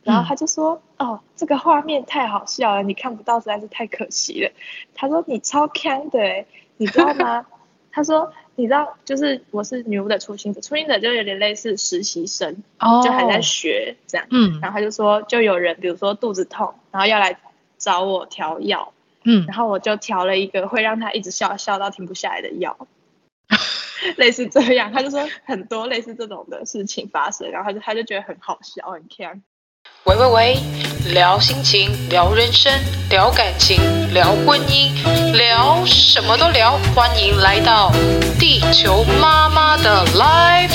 然后他就说哦，这个画面太好笑了，你看不到实在是太可惜了。他说你超强的耶，你知道吗？他说你知道就是我是女巫的初心者，初心者就有点类似实习生，就还在学这样。然后他就说就有人比如说肚子痛，然后要来找我调药，然后我就调了一个会让他一直笑到停不下来的药。类似这样，他就说很多类似这种的事情发生，然后他就觉得很好笑，很强。 喂，聊心情，聊人生，聊感情，聊婚姻，聊什么都聊。欢迎来到地球妈妈的 Live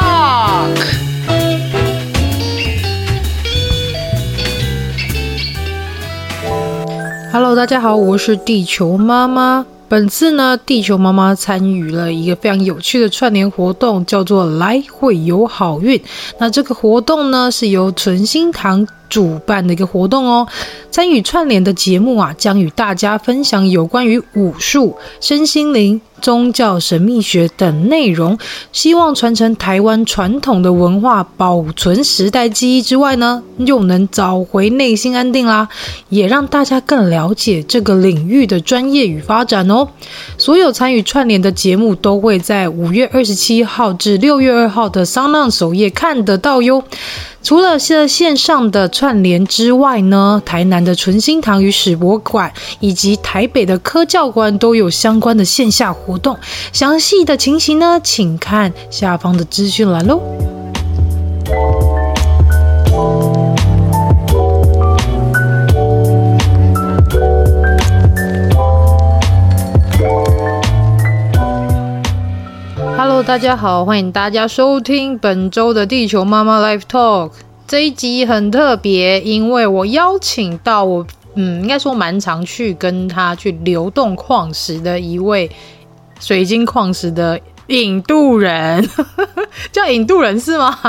Talk。Hello， 大家好，我是地球妈妈。本次呢，地球妈妈参与了一个非常有趣的串联活动，叫做来会有好运。那这个活动呢，是由纯心堂主办的一个活动哦。参与串联的节目啊，将与大家分享有关于武术、身心灵、宗教、神秘学等内容，希望传承台湾传统的文化，保存时代记忆之外呢，又能找回内心安定啦，也让大家更了解这个领域的专业与发展哦。所有参与串联的节目都会在5月27号至6月2号的SoundOn首页看得到哟。除了线上的串联之外呢，台南的纯心堂与史博馆以及台北的科教馆都有相关的线下活动，详细的情形呢，请看下方的资讯栏咯。Hello， 大家好，欢迎大家收听本周的地球妈妈 Live Talk。这一集很特别，因为我邀请到我应该说蛮常去跟他去流动矿石的一位水晶矿石的引渡人，叫引渡人是吗？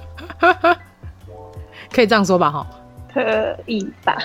可以这样说吧齁？ 可以吧。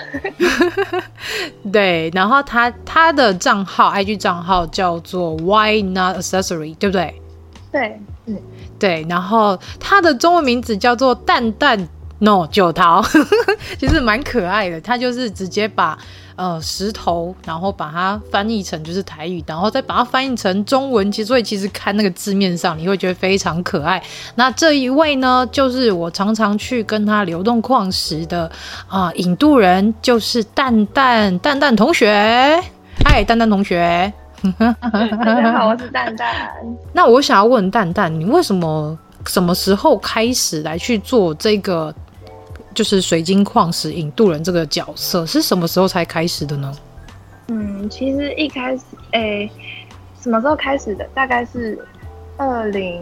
对，然后他的账号 IG 账号叫做 Why Not Accessory， 对不对？ 对， 对，然后他的中文名字叫做蛋蛋九桃，其实蛮可爱的。他就是直接把石头，然后把它翻译成就是台语，然后再把它翻译成中文。所以其实看那个字面上，你会觉得非常可爱。那这一位呢，就是我常常去跟他流动矿石的引渡人，就是蛋蛋同学。嗨，蛋蛋同学。 大家好，我是蛋蛋。 那我想要问蛋蛋，你为什么什么时候开始来去做这个就是水晶矿石引渡人这个角色？是什么时候才开始的呢？ 其实一开始什么时候开始的？大概是2021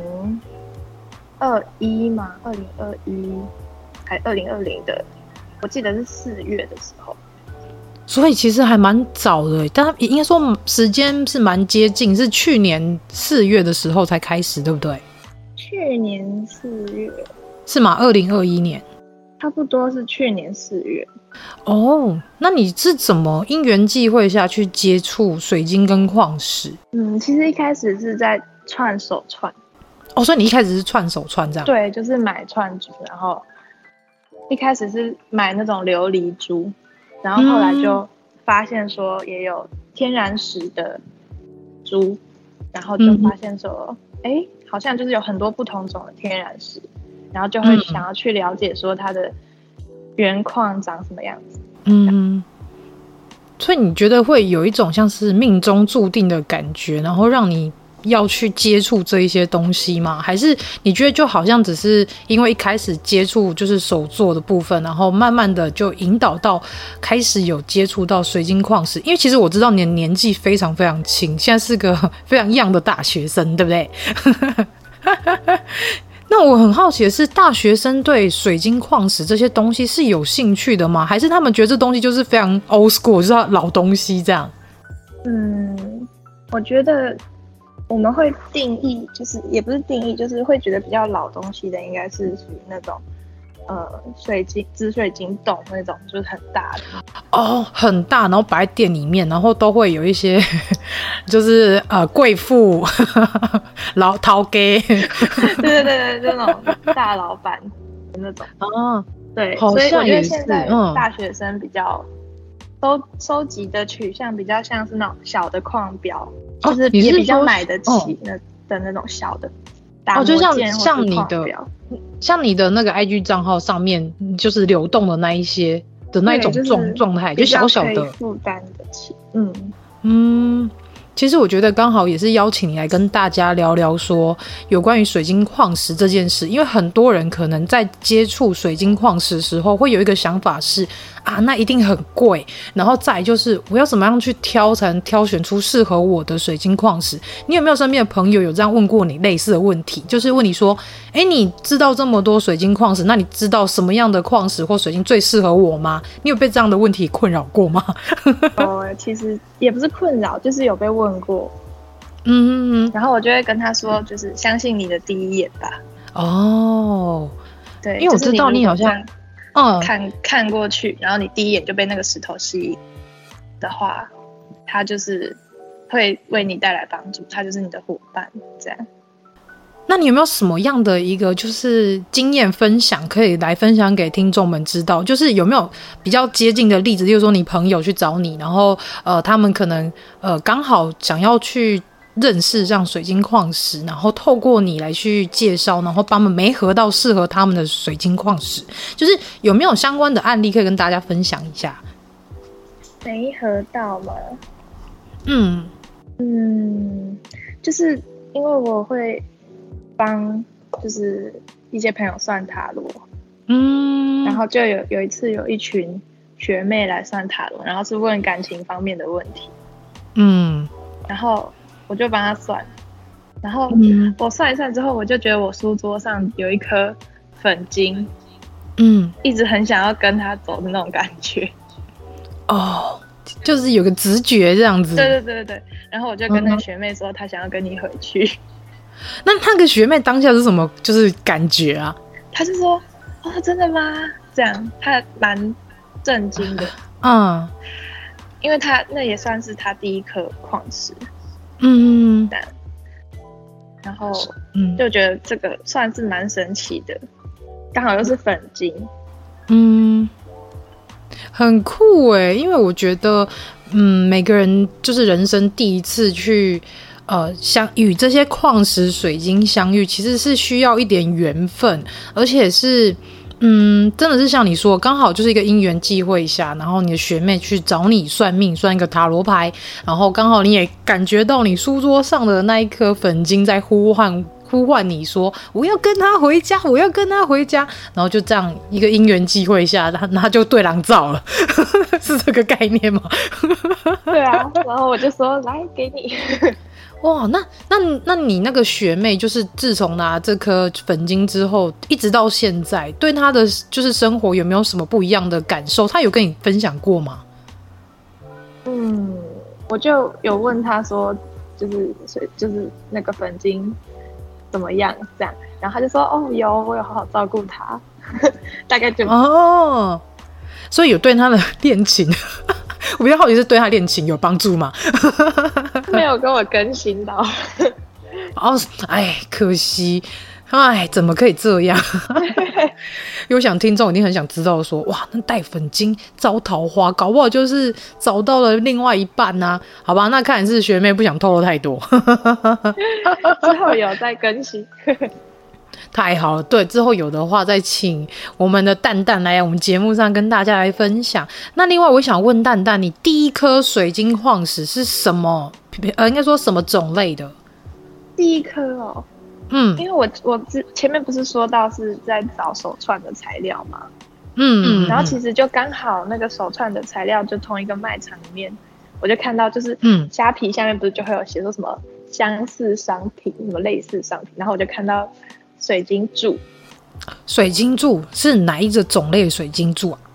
嘛，2021还2020的，我记得是4月的时候。 所以其实还蛮早的，但应该说时间是蛮接近，是去年4月的时候才开始，对不对？ 去年4月是吗？2021年， 差不多是去年4月。 哦，那你是怎么因缘际会下去接触水晶跟矿石？ 其实一开始是在串手串。 哦，所以你一开始是串手串这样？ 对，就是买串珠，然后一开始是买那种琉璃珠。然后后来就发现说也有天然石的珠，然后就发现说好像就是有很多不同种的天然石，然后就会想要去了解说它的原矿长什么样子。 所以你觉得会有一种像是命中注定的感觉，然后让你要去接触这一些东西吗？还是你觉得就好像只是因为一开始接触就是手作的部分，然后慢慢的就引导到开始有接触到水晶矿石？因为其实我知道你的年纪非常非常轻，现在是个非常young的大学生，对不对？那我很好奇的是，大学生对水晶矿石这些东西是有兴趣的吗？还是他们觉得这东西就是非常 old school， 就是老东西这样？ 我觉得我们会定义，就是也不是定义，就是会觉得比较老东西的，应该是属于那种紫水晶洞那种，就是很大的很大，然后摆在店里面，然后都会有一些就是贵妇老头家， 对，这种大老板的那种。 对， 好所以我觉像也是， 得现在大学生比较都收集的取向比较像是那种小的矿标，就是也比较买得起的那种小的打就磨件像或是你的矿标， 像你的那个 IG 账号上面就是流动的那一些的那一种状态，就小小的， 比较可以负担得起。 其实我觉得刚好也是邀请你来跟大家聊聊说有关于水晶矿石这件事，因为很多人可能在接触水晶矿石的时候会有一个想法是啊，那一定很贵，然后再来就是我要怎么样去挑才能挑选出适合我的水晶矿石。你有没有身边的朋友有这样问过你类似的问题，就是问你说你知道这么多水晶矿石，那你知道什么样的矿石或水晶最适合我吗？你有被这样的问题困扰过吗？ 其实也不是困扰，就是有被问过。然后我就会跟他说，就是相信你的第一眼吧。对， 因为我知道你好像看过去，然后你第一眼就被那个石头吸引的话，它就是会为你带来帮助，它就是你的伙伴这样。 那你有没有什么样的一个就是经验分享可以来分享给听众们知道？就是有没有比较接近的例子，例如说你朋友去找你，然后他们可能刚好想要去认识这样水晶矿石，然后透过你来去介绍，然后帮他们媒合到适合他们的水晶矿石，就是有没有相关的案例可以跟大家分享一下？ 媒合到吗？就是因为我会帮就是一些朋友算塔罗，然后就有一次有一群学妹来算塔罗，然后是问感情方面的问题，然后我就帮她算，然后我算一算之后，我就觉得我书桌上有一颗粉晶，一直很想要跟她走的那种感觉， 就是有个直觉这样子。 对，然后我就跟那个学妹说，她想要跟你回去。 那个学妹当下是什么就是感觉啊？ 她就说真的吗？这样，她蛮震惊的。因为她那也算是她第一颗矿石。然后就觉得这个算是蛮神奇的，刚好又是粉晶。 很酷耶，因为我觉得每个人就是人生第一次去与这些矿石水晶相遇，其实是需要一点缘分，而且是真的是像你说，刚好就是一个因缘际会下，然后你的学妹去找你算命，算一个塔罗牌，然后刚好你也感觉到你书桌上的那一颗粉晶在呼唤你说我要跟他回家，我要跟他回家，然后就这样一个因缘际会下，他就对狼照了。是这个概念吗？ 对啊，然后我就说来给你。 哇，那你那个学妹，就是自从拿这颗粉晶之后，一直到现在，对她的就是生活有没有什么不一样的感受？她有跟你分享过吗？ 我就有问她说，就是那个粉晶怎么样这样，然后她就说我有好好照顾她，大概就所以有对她的恋情。我比较好奇是对他恋情有帮助吗？ 没有跟我更新到。 可惜，怎么可以这样？因为我想听众一定很想知道说，哇，那带粉晶招桃花，搞不好就是找到了另外一半啊。好吧，那看来是学妹不想透露太多。 之后有再更新。 太好了，对，之后有的话再请我们的蛋蛋来我们节目上跟大家来分享。那另外我想问蛋蛋，你第一颗水晶矿石是什么？应该说什么种类的？ 第一颗因为我前面不是说到是在找手串的材料吗？然后其实就刚好那个手串的材料就同一个卖场里面，我就看到就是虾皮下面不是就会有写说什么相似商品，什么类似商品，然后我就看到水晶柱。 水晶柱是哪一个种类的水晶柱啊？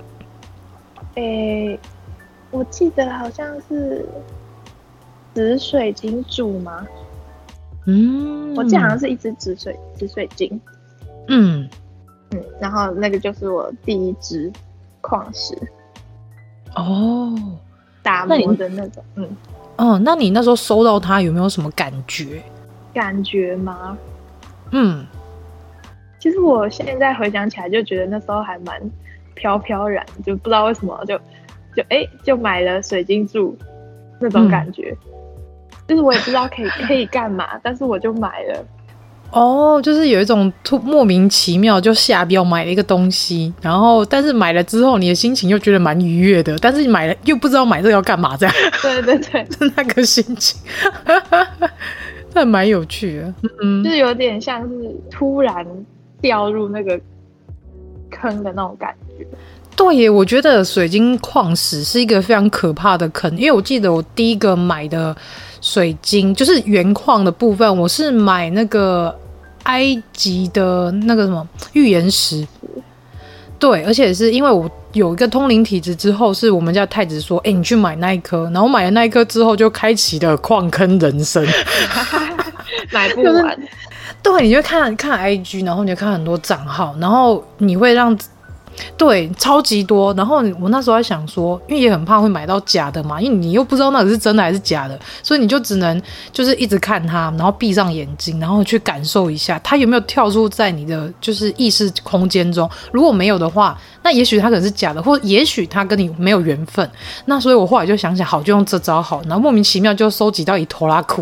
我记得好像是紫水晶柱吗？我记得好像是一只紫水晶。然后那个就是我第一只矿石。打磨的那种。 那你那时候收到它有没有什么感觉？ 感觉吗？ 其实我现在回想起来，就觉得那时候还蛮飘飘然，就不知道为什么就买了水晶柱那种感觉，就是我也不知道可以干嘛，但是我就买了。 哦，就是有一种莫名其妙就下标买了一个东西，然后但是买了之后你的心情又觉得蛮愉悦的，但是你买了又不知道买这个要干嘛，这样。 对对对， 是那个心情，那蛮有趣的。 就是有点像是突然掉入那个坑的那种感觉。 对耶，我觉得水晶矿石是一个非常可怕的坑，因为我记得我第一个买的水晶就是原矿的部分，我是买那个埃及的那个什么预言石。对，而且是因为我有一个通灵体质之后，是我们家太子说，你去买那一颗，然后买了那一颗之后就开启了矿坑人生。 买不完。 对，你就看 IG， 然后你就看很多账号，然后你会让对超级多，然后我那时候在想说，因为也很怕会买到假的嘛，因为你又不知道那个是真的还是假的，所以你就只能就是一直看它，然后闭上眼睛，然后去感受一下它有没有跳出在你的就是意识空间中。如果没有的话，那也许它可能是假的，或也许它跟你没有缘分。那所以我后来就想想，好，就用这招好，然后莫名其妙就收集到一拖拉库。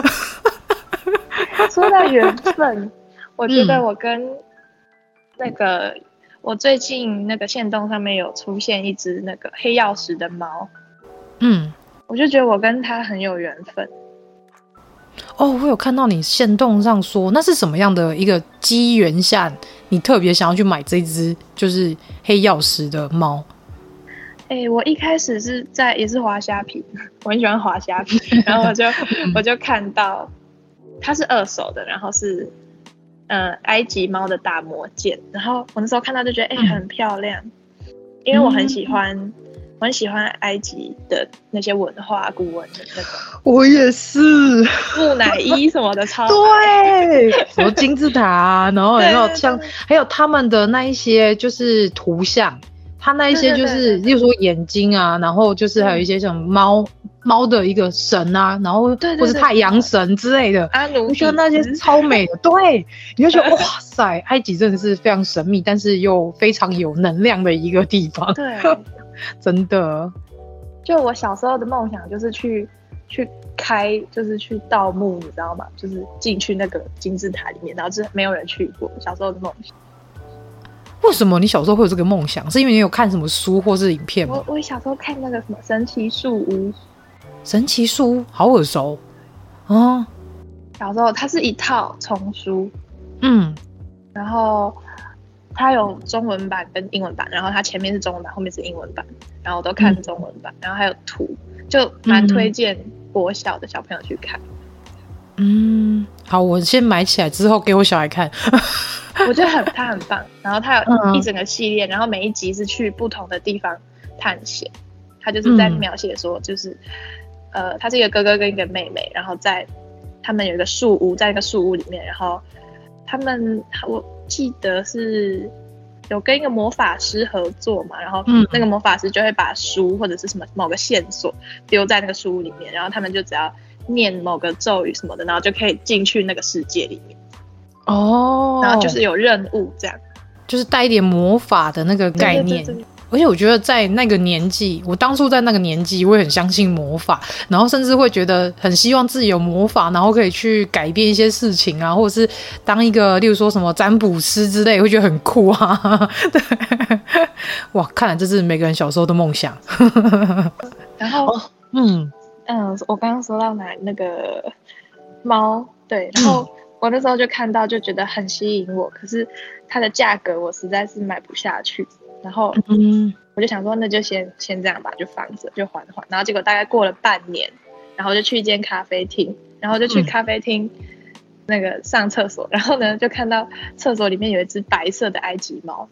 说到缘分，我觉得我跟那个我最近那个限动上面有出现一只那个黑曜石的猫，我就觉得我跟它很有缘分。 哦，我有看到你限动上说，那是什么样的一个机缘下，你特别想要去买这只就是黑曜石的猫？ 我一开始是也是滑虾皮，我很喜欢滑虾皮，然后我就看到它是2手的，然后是埃及猫的大魔剑，然后我那时候看到就觉得很漂亮，因为我很喜欢埃及的那些文化古文的那种。 我也是， 木乃伊什么的超对，什么金字塔啊，然后还有他们的那一些就是图像，他那一些就是例如说眼睛啊，然后就是还有一些什么猫的一个神啊，然后或是太阳神之类的， 阿努比斯， 我觉得那些超美的。对，你就觉得哇塞，埃及真的是非常神秘，但是又非常有能量的一个地方。 对， 真的。 就我小时候的梦想就是去就是去盗墓，你知道吗？就是进去那个金字塔里面，然后是没有人去过。小时候的梦想。 为什么你小时候会有这个梦想？是因为你有看什么书或是影片吗？ 我小时候看那个什么神奇树屋。 神奇树屋好耳熟啊！ 小时候它是一套丛书，然后它有中文版跟英文版，然后它前面是中文版，后面是英文版，然后我都看中文版，然后还有图，就蛮推荐国小的小朋友去看。 好，我先买起来之后给我小孩看。 我觉得它很棒，然后它有一整个系列，然后每一集是去不同的地方探险，它就是在描写说就是他是一个哥哥跟一个妹妹，然后他们有一个树屋，在一个树屋里面，然后我记得是有跟一个魔法师合作嘛，然后那个魔法师就会把书或者是什么某个线索丢在那个树屋里面，然后他们就只要念某个咒语什么的，然后就可以进去那个世界里面。然后就是有任务，这样就是带一点魔法的那个概念。对。而且我觉得在那个年纪，我当初在那个年纪，我也很相信魔法，然后甚至会觉得很希望自己有魔法，然后可以去改变一些事情啊，或者是当一个例如说什么占卜师之类，会觉得很酷啊。对，哇，看来这是每个人小时候的梦想。 然后我刚刚说到那个猫，对，然后我那时候就看到就觉得很吸引我，可是它的价格我实在是买不下去。然后我就想说那就先这样吧，就放着就缓缓。然后结果大概过了半年，然后就去一间咖啡厅，然后就去咖啡厅那个上厕所，然后呢就看到厕所里面有一只白色的埃及猫。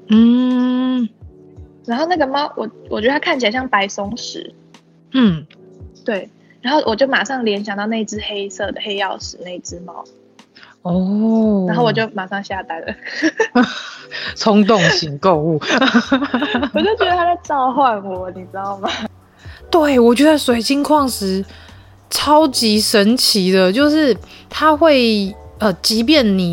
然后那个猫我觉得它看起来像白松石。对，然后我就马上联想到那只黑色的黑曜石那只猫。然后我就马上下单了。 冲动型购物。 我就觉得他在召唤我，你知道吗？ 对，我觉得水晶矿石超级神奇的，就是它会即便你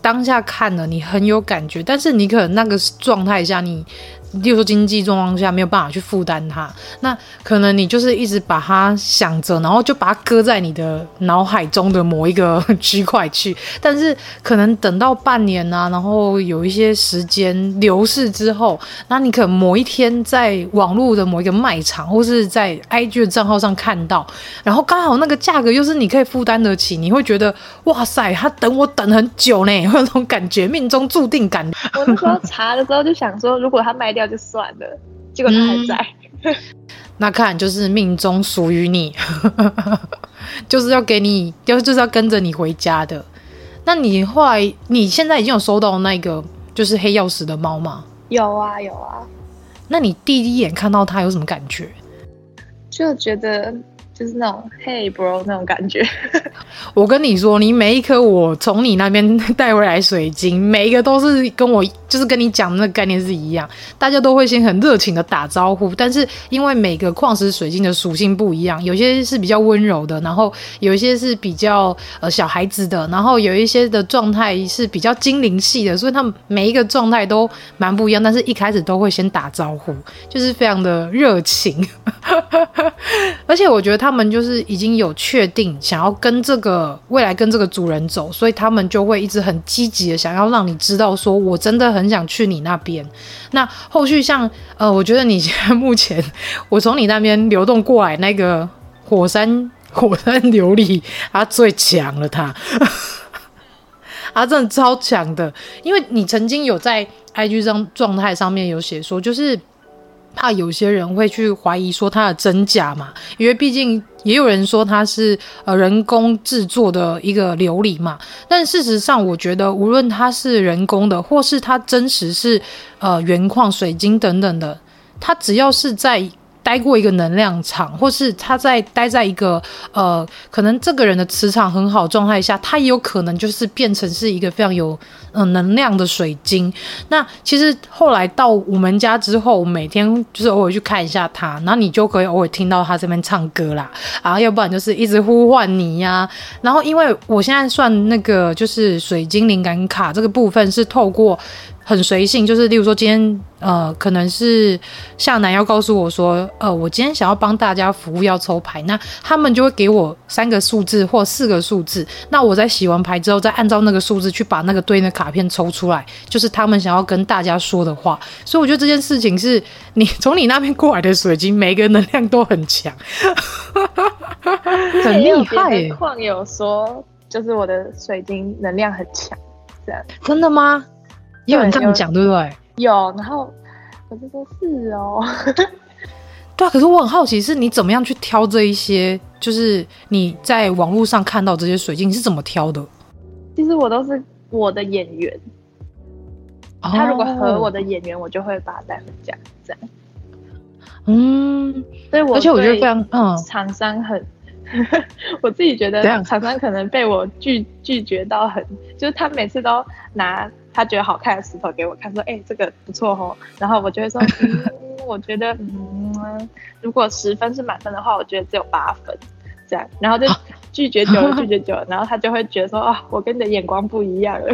当下看了你很有感觉，但是你可能那个状态下你例如说经济状况下没有办法去负担它，那可能你就是一直把它想着，然后就把它搁在你的脑海中的某一个区块去，但是可能等到半年啊，然后有一些时间流逝之后，那你可能某一天在网络的某一个卖场或是在 IG 的账号上看到，然后刚好那个价格又是你可以负担得起，你会觉得哇塞，他等我等很久呢，会有那种感觉，命中注定感。 我那时候查的时候就想说，如果他卖掉就算了，结果他还在。 那看就是命中属于你，就是要给你，就是要跟着你回家的。那你后来，你现在已经有收到那个就是黑曜石的猫吗？ 有啊有啊。 那你第一眼看到它有什么感觉？ 就觉得就是那种 Hey bro 那种感觉。 我跟你说，你每一颗我从你那边带回来水晶，每一个都是跟我就是跟你讲的那个概念是一样，大家都会先很热情的打招呼，但是因为每个矿石水晶的属性不一样，有些是比较温柔的，然后有一些是比较小孩子的，然后有一些的状态是比较精灵系的，所以他们每一个状态都蛮不一样，但是一开始都会先打招呼，就是非常的热情。而且我觉得他们就是已经有确定想要跟这个未来跟这个主人走，所以他们就会一直很积极的想要让你知道说我真的很想去你那边。那后续像我觉得你现在目前我从你那边流动过来那个火山琉璃它最强了它它真的超强的，因为你曾经有在 IG 上状态上面有写说就是怕有些人会去怀疑说它的真假嘛，因为毕竟也有人说它是人工制作的一个琉璃嘛，但事实上我觉得无论它是人工的或是它真实是原矿水晶等等的，它只要是在待过一个能量场，或是他待在一个可能这个人的磁场很好的状态下，他也有可能就是变成是一个非常有能量的水晶。那其实后来到我们家之后，我每天就是偶尔去看一下他，然后你就可以偶尔听到他这边唱歌啦，然后要不然就是一直呼唤你呀。然后因为我现在算那个就是水晶灵感卡这个部分是透过很随性，就是例如说今天可能是夏楠要告诉我说我今天想要帮大家服务要抽牌，那他们就会给我3个数字或4个数字，那我在洗完牌之后再按照那个数字去把那个对应的卡片抽出来，就是他们想要跟大家说的话。所以我觉得这件事情是你从你那边过来的水晶每个能量都很强很厉害耶。 矿有说就是我的水晶能量很强，这样真的吗？有人这样讲对不对？ 有，然后我就说是哦。 对啊，可是我很好奇是你怎么样去挑这一些，就是你在网络上看到这些水晶你是怎么挑的？ 其实我都是我的眼缘，他如果合我的眼缘，我就会把它带回家，这样。所以而且我觉得非常厂商很我自己觉得厂商可能被我拒绝到很，就是他每次都拿他觉得好看的石头给我看，说这个不错哦，然后我就会说我觉得如果10分是满分的话，我觉得只有8分这样，然后就拒绝久了然后他就会觉得说我跟你的眼光不一样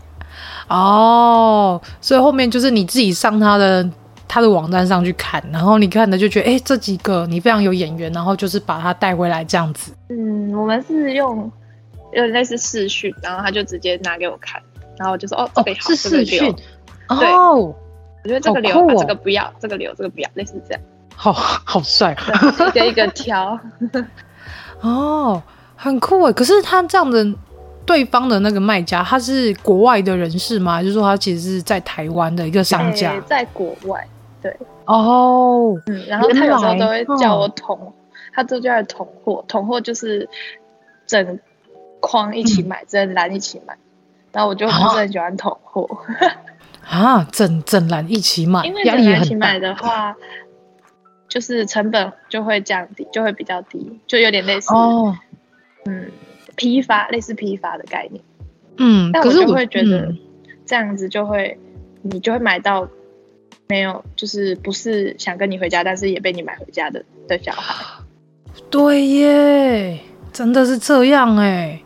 了所以后面就是你自己上他的网站上去看，然后你看的就觉得这几个你非常有眼缘，然后就是把它带回来这样子。 我们是用类似视讯，然后他就直接拿给我看，然后我就说这个好， 是视讯对，我觉得这个留这个不要，这个留这个不要，类似这样。 好帅一个一个挑很酷耶。可是他这样的对方的那个卖家他是国外的人士吗？还是说他其实是在台湾的一个商家？ 在国外，对。然后他有时候都会叫我他都叫我统货就是整框一起买，整篮一起买，然后我就不是很喜欢统货整篮一起买， 因为整篮一起买的话就是成本就会降低，就会比较低，就有点类似批发，类似批发的概念。但我就会觉得这样子你就会买到没有，就是不是想跟你回家，但是也被你买回家的小孩。 对耶，真的是这样耶。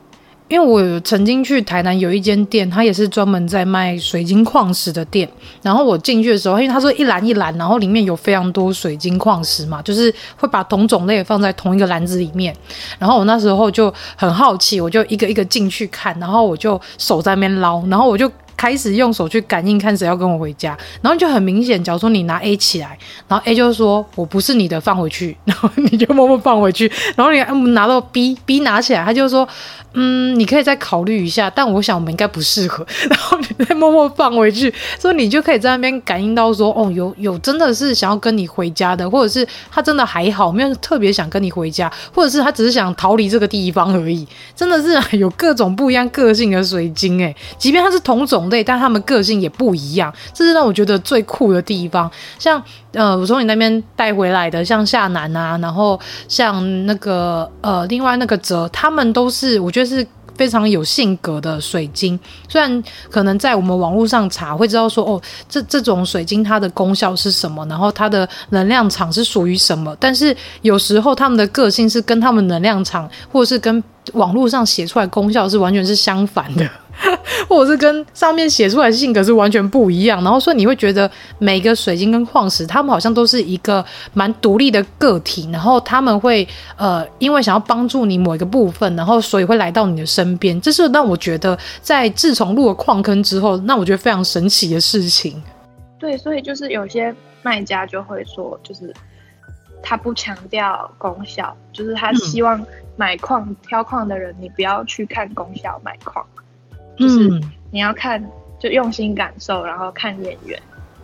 因为我有曾经去台南有一间店，它也是专门在卖水晶矿石的店。然后我进去的时候，因为它说一篮一篮，然后里面有非常多水晶矿石嘛，就是会把同种类放在同一个篮子里面。然后我那时候就很好奇，我就一个一个进去看，然后我就手在那边捞，然后我就开始用手去感应看谁要跟我回家，然后就很明显，假如说你拿 A 起来，然后 A 就说我不是你的，放回去，然后你就默默放回去，然后你拿到 B 拿起来，他就说你可以再考虑一下，但我想我们应该不适合，然后你再默默放回去，所以你就可以在那边感应到说有真的是想要跟你回家的，或者是他真的还好，没有特别想跟你回家，或者是他只是想逃离这个地方而已，真的是有各种不一样个性的水晶即便它是同种类，但他们个性也不一样，这是让我觉得最酷的地方。像我从你那边带回来的，像夏楠啊，然后像那个另外那个哲，他们都是我觉得是非常有性格的水晶。虽然可能在我们网络上查会知道说这种水晶它的功效是什么，然后它的能量场是属于什么，但是有时候他们的个性是跟他们能量场或者是跟网络上写出来功效是完全是相反的或者是跟上面写出来的性格是完全不一样，然后所以你会觉得每个水晶跟矿石他们好像都是一个蛮独立的个体，然后他们会因为想要帮助你某一个部分，然后所以会来到你的身边，这是让我觉得在自从入了矿坑之后，那我觉得非常神奇的事情。 对，所以就是有些卖家就会说，就是他不强调功效，就是他希望挑矿的人你不要去看功效买矿，就是你要看就用心感受，然后看眼缘。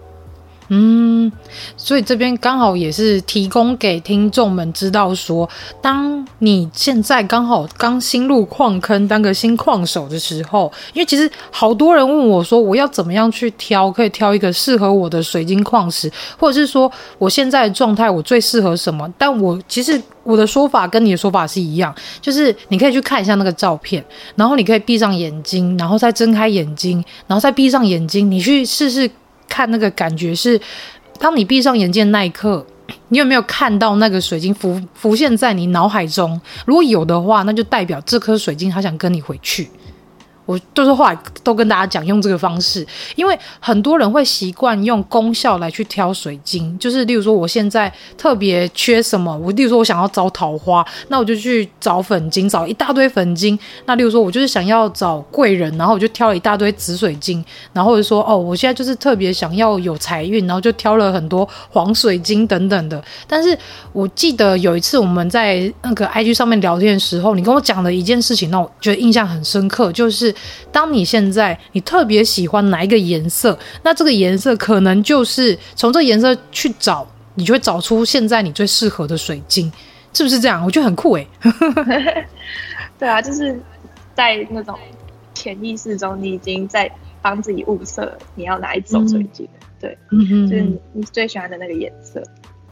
所以这边刚好也是提供给听众们知道说，当你现在刚好刚新入矿坑当个新矿手的时候，因为其实好多人问我说我要怎么样去可以挑一个适合我的水晶矿石，或者是说我现在的状态我最适合什么，但其实我的说法跟你的说法是一样，就是你可以去看一下那个照片，然后你可以闭上眼睛，然后再睁开眼睛，然后再闭上眼睛，你去试试看那个感觉是，当你闭上眼睛的那一刻，你有没有看到那个水晶浮现在你脑海中？如果有的话，那就代表这颗水晶它想跟你回去。我就是后来都跟大家讲用这个方式，因为很多人会习惯用功效来去挑水晶，就是例如说我现在特别缺什么，例如说我想要找桃花，那我就去找粉晶，找一大堆粉晶。那例如说我就是想要找贵人，然后我就挑了一大堆紫水晶，然后或者说我现在就是特别想要有财运，然后就挑了很多黄水晶等等的。但是我记得有一次我们在那个 IG 上面聊天的时候，你跟我讲了一件事情，那我觉得印象很深刻，就是当你现在你特别喜欢哪一个颜色，那这个颜色可能就是从这个颜色去找，你就会找出现在你最适合的水晶，是不是这样？我觉得很酷对啊，就是在那种潜意识中，你已经在帮自己物色你要哪一种水晶对，就是你最喜欢的那个颜色。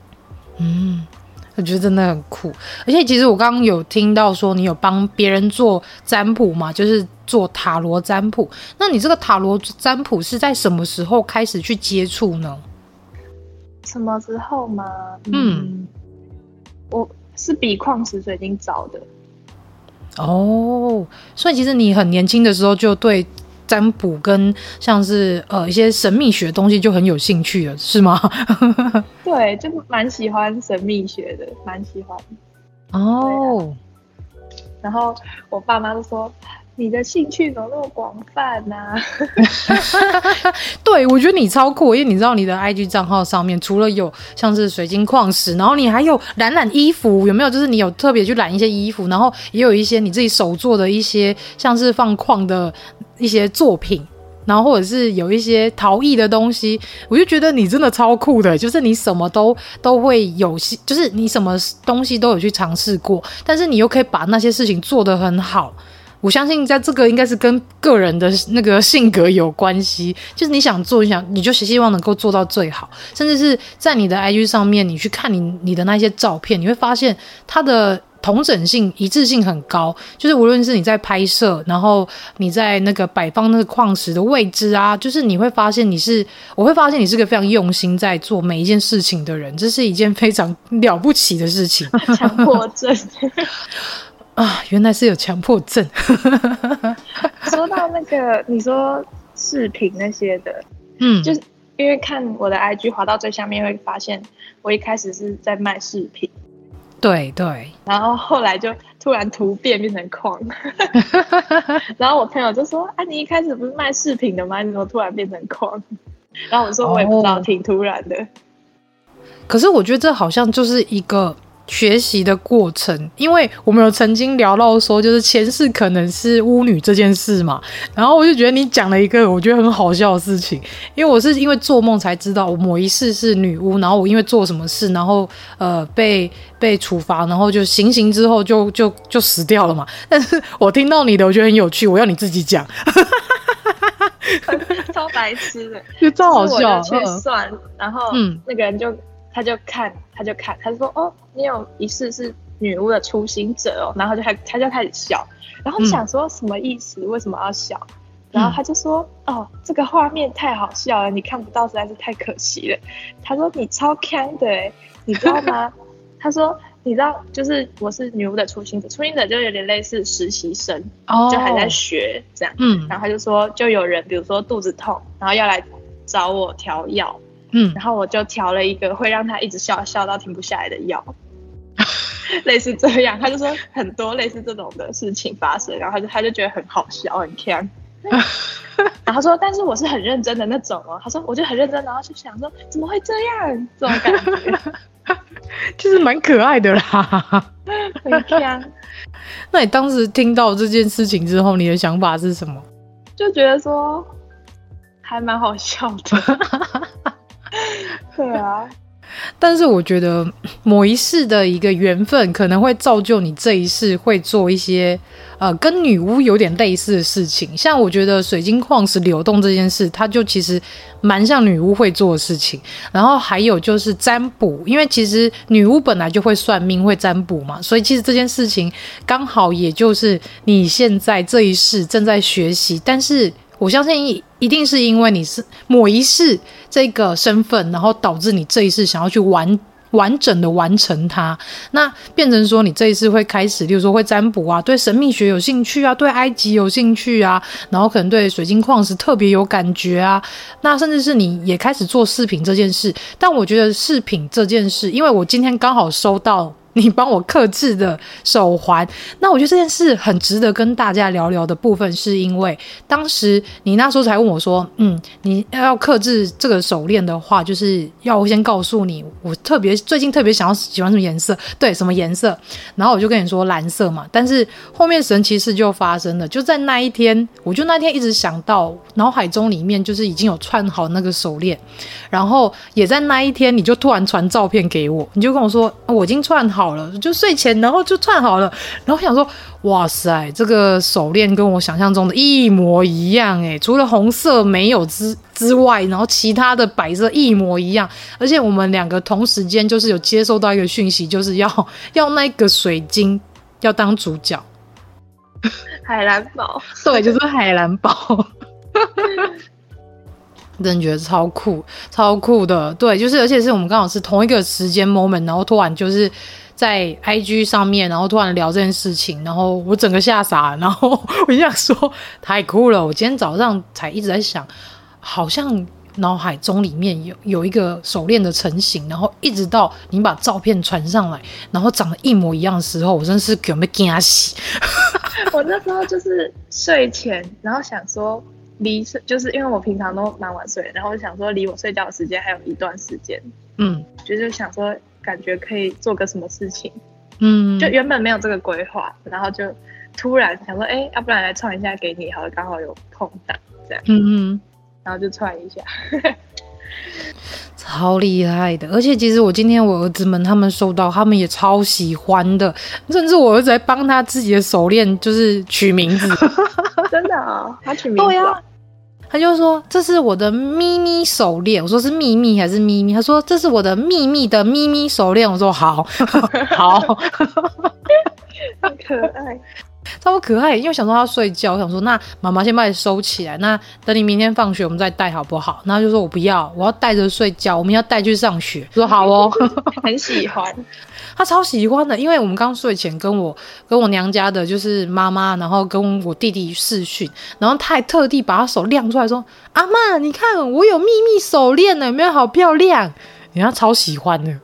我觉得真的很酷。而且其实我刚刚有听到说你有帮别人做占卜嘛，就是做塔罗占卜。那你这个塔罗占卜是在什么时候开始去接触呢？ 什么时候吗？我是比矿石水晶早的。 所以其实你很年轻的时候就对占卜跟像是一些神秘学的东西就很有兴趣了，是吗？ 对，就蛮喜欢神秘学的，蛮喜欢。然后我爸妈就说：“你的兴趣怎么那么广泛啊？” 对，我觉得你超酷，因为你知道你的 IG 账号上面除了有像是水晶矿石，然后你还有染衣服，有没有？就是你有特别去染一些衣服，然后也有一些你自己手做的一些像是放矿的一些作品，然后或者是有一些陶艺的东西，我就觉得你真的超酷的，就是你什么都会有，就是你什么东西都有去尝试过，但是你又可以把那些事情做得很好。我相信在这个应该是跟个人的那个性格有关系，就是你想做，你就希望能够做到最好，甚至是在你的 IG 上面，你去看你的那些照片，你会发现它的同整性一致性很高，就是无论是你在拍摄，然后你在那个摆放那个矿石的位置啊，就是我会发现你是个非常用心在做每一件事情的人，这是一件非常了不起的事情。 强迫症。 啊，原来是有强迫症。 说到那个你说饰品那些的，就是因为看我的 IG 滑到最下面会发现，我一开始是在卖饰品， 对对， 然后后来就突然突变成框，然后我朋友就说：“啊，你一开始不是卖饰品的吗？你怎么突然变成框？”然后我说：“我也不知道，挺突然的。” 可是我觉得这好像就是一个学习的过程，因为我们有曾经聊到说，就是前世可能是巫女这件事嘛，然后我就觉得你讲了一个我觉得很好笑的事情，因为我是因为做梦才知道我某一世是女巫，然后我因为做什么事，然后被处罚，然后就行刑之后就死掉了嘛。但是我听到你的，我觉得很有趣，我要你自己讲。 超白痴的， 就超好笑。 我就去算，然后那个人他就看，他就说：“哦，你有一世是女巫的初心者哦。”然后他就开始笑，然后想说什么意思？为什么要笑？然后他就说：“哦，这个画面太好笑了，你看不到实在是太可惜了。”他说：“你超强的欸，你知道吗？”他说：“你知道，就是我是女巫的初心者，初心者就有点类似实习生，就还在学这样。然后他就说，就有人比如说肚子痛，然后要来找我调药，然后我就调了一个会让他一直笑到停不下来的药，类似这样。他就说很多类似这种的事情发生，然后他就觉得很好笑，很强。然后他说，但是我是很认真的那种哦。他说我就很认真，然后就想说怎么会这样，这种感觉。 就是蛮可爱的啦， 很强。 那你当时听到这件事情之后，你的想法是什么？ 就觉得说还蛮好笑的。对啊， 但是我觉得某一世的一个缘分可能会造就你这一世会做一些跟女巫有点类似的事情。像我觉得水晶矿石流动这件事，它就其实蛮像女巫会做的事情。然后还有就是占卜，因为其实女巫本来就会算命会占卜嘛，所以其实这件事情刚好也就是你现在这一世正在学习。但是我相信一定是因为你是某一世这个身份，然后导致你这一世想要去完整的完成它，那变成说你这一次会开始，例如说会占卜啊，对神秘学有兴趣啊，对埃及有兴趣啊，然后可能对水晶矿石特别有感觉啊，那甚至是你也开始做饰品这件事。但我觉得饰品这件事，因为我今天刚好收到你帮我客制的手环，那我觉得这件事很值得跟大家聊聊的部分，是因为当时你那时候才问我说，你要客制这个手链的话，就是要我先告诉你，我最近特别喜欢什么颜色，对，什么颜色，然后我就跟你说蓝色嘛。但是后面神奇事就发生了，就在那一天，我就那天一直想到脑海中里面就是已经有串好那个手链，然后也在那一天，你就突然传照片给我，你就跟我说，我已经串好了，就睡前然后就串好了，然后想说哇塞，这个手链跟我想象中的一模一样耶，除了红色没有之外，然后其他的摆设一模一样，而且我们两个同时间就是有接收到一个讯息，就是要那个水晶要当主角， 海蓝宝， 对，就是海蓝宝。真的觉得超酷的，对，就是而且是我们刚好是同一个时间 moment， 然后突然就是在 IG 上面，然后突然聊这件事情，然后我整个吓傻了，然后我就想说太酷了，我今天早上才一直在想，好像脑海中里面有一个手链的成型，然后一直到你把照片传上来，然后长得一模一样的时候，我真是有没有惊喜？ 我那时候就是睡前，然后想说就是因为我平常都蛮晚睡的，然后我就想说离我睡觉的时间还有一段时间，就是想说感觉可以做个什么事情，就原本没有这个规划，然后就突然想说，要不然来串一下给你好了，刚好有空档这样，然后就串一下。 超厉害的，而且其实我今天我儿子们他们收到，他们也超喜欢的，甚至我儿子还帮他自己的手链就是取名字。 真的哦，他取名字。 对啊，他就说这是我的咪咪手链，我说是秘密还是咪咪，他说这是我的秘密的咪咪手链，我说好好。 很可爱。 超可爱。因为想说他睡觉，我想说那妈妈先把你收起来，那等你明天放学我们再带好不好？然后就说我不要，我要带着睡觉，我们要带去上学。我说好哦， 很喜欢。 他超喜欢的，因为我们刚睡前跟我娘家的就是妈妈，然后跟我弟弟视讯，然后他还特地把他手亮出来说：“阿嬷，你看我有秘密手链呢，有没有好漂亮？”人家超喜欢的。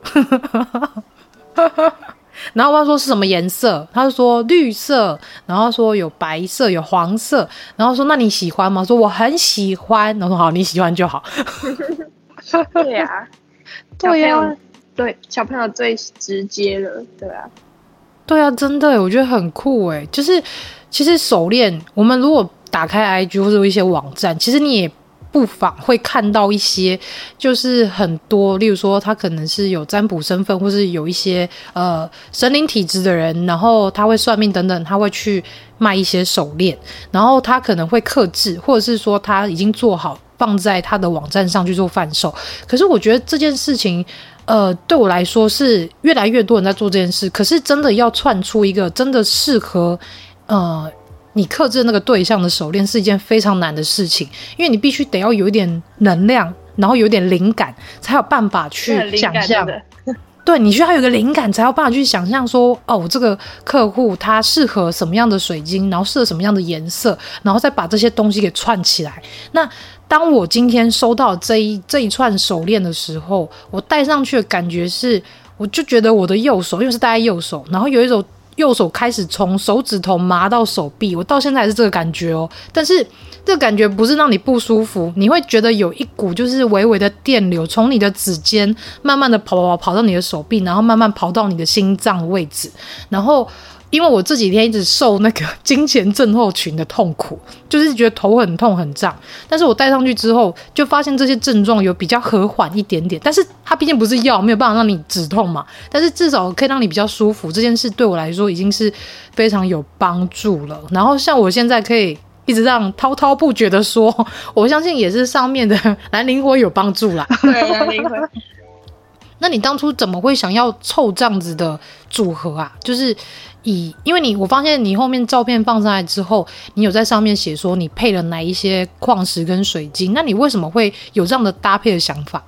然后我说是什么颜色，他就说绿色，然后说有白色有黄色，然后说那你喜欢吗？说我很喜欢，然后说好，你喜欢就好。 对呀， 对呀， 对，小朋友最直接了，对啊， 对啊，真的，我觉得很酷诶。就是其实手链，我们如果打开 IG 或者一些网站，其实你也不妨会看到一些，就是很多，例如说他可能是有占卜身份，或是有一些神灵体质的人，然后他会算命等等，他会去卖一些手链，然后他可能会客制，或者是说他已经做好放在他的网站上去做贩售。可是我觉得这件事情对我来说是越来越多人在做这件事，可是真的要串出一个真的适合你客制那个对象的手链是一件非常难的事情，因为你必须得要有一点能量，然后有点灵感，才有办法去想象。对，你需要有个灵感，才有办法去想象说，哦，这个客户他适合什么样的水晶，然后适合什么样的颜色，然后再把这些东西给串起来。那当我今天收到这一串手链的时候，我戴上去的感觉是，我就觉得我的右手，因为是戴在右手，然后有一种右手开始从手指头麻到手臂，我到现在还是这个感觉哦。但是这个感觉不是让你不舒服，你会觉得有一股就是微微的电流从你的指尖慢慢的跑到你的手臂，然后慢慢跑到你的心脏的位置。然后因为我这几天一直受那个金钱症候群的痛苦，就是觉得头很痛很胀，但是我戴上去之后就发现这些症状有比较和缓一点点，但是它毕竟不是药，没有办法让你止痛嘛，但是至少可以让你比较舒服，这件事对我来说已经是非常有帮助了。然后像我现在可以一直让滔滔不绝的说，我相信也是上面的蓝灵灰有帮助啦。 对，蓝灵灰。 那你当初怎么会想要凑这样子的组合啊？就是因为我发现你后面照片放上来之后，你有在上面写说你配了哪一些矿石跟水晶，那你为什么会有这样的搭配的想法？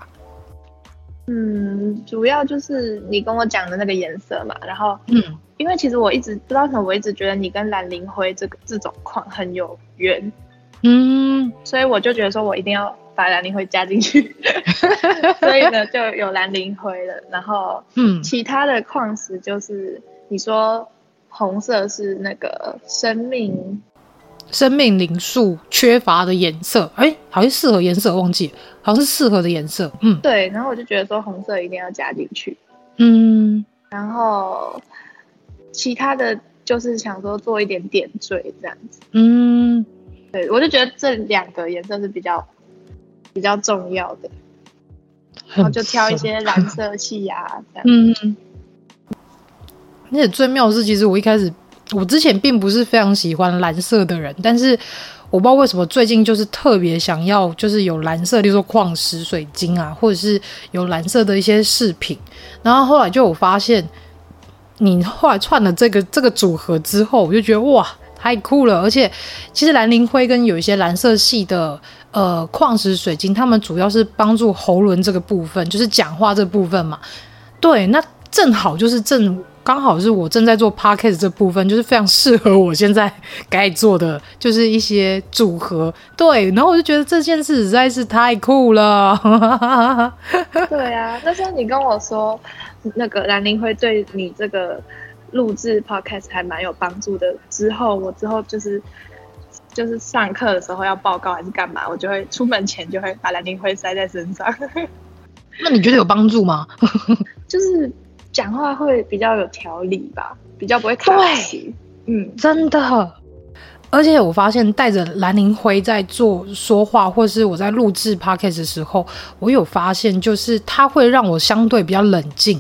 主要就是你跟我讲的那个颜色嘛，然后因为其实我一直不知道为什么，我一直觉得你跟蓝灵灰这种矿很有缘，所以我就觉得说我一定要把蓝灵灰加进去，所以呢就有蓝灵灰了。然后其他的矿石就是你说红色是那个生命灵数缺乏的颜色，好像适合颜色，忘记了，好像是适合的颜色。 对，然后我就觉得说红色一定要加进去。然后其他的就是想说做一点点缀这样子。对，我就觉得这两个颜色是比较重要的，然后就挑一些蓝色系啊这样。 而且最妙的是，其实我之前并不是非常喜欢蓝色的人，但是我不知道为什么最近就是特别想要，就是有蓝色，例如说矿石、水晶啊，或者是有蓝色的一些饰品。然后后来就有发现，你后来串了这个组合之后，我就觉得哇，太酷了！而且其实蓝灵灰跟有一些蓝色系的矿石、水晶，它们主要是帮助喉轮这个部分，就是讲话这部分嘛。对，那正好就是刚好是我正在做 podcast 这部分，就是非常适合我现在该做的，就是一些组合。对，然后我就觉得这件事实在是太酷了。 对啊，那时候你跟我说那个蓝灵灰对你这个录制 podcast 还蛮有帮助的，我之后就是上课的时候要报告还是干嘛，我就会出门前就会把蓝灵灰塞在身上。 那你觉得有帮助吗？ 就是讲话会比较有条理吧，比较不会卡词。 真的。而且我发现带着蓝灵灰在说话，或是我在录制 podcast 的时候，我有发现就是它会让我相对比较冷静。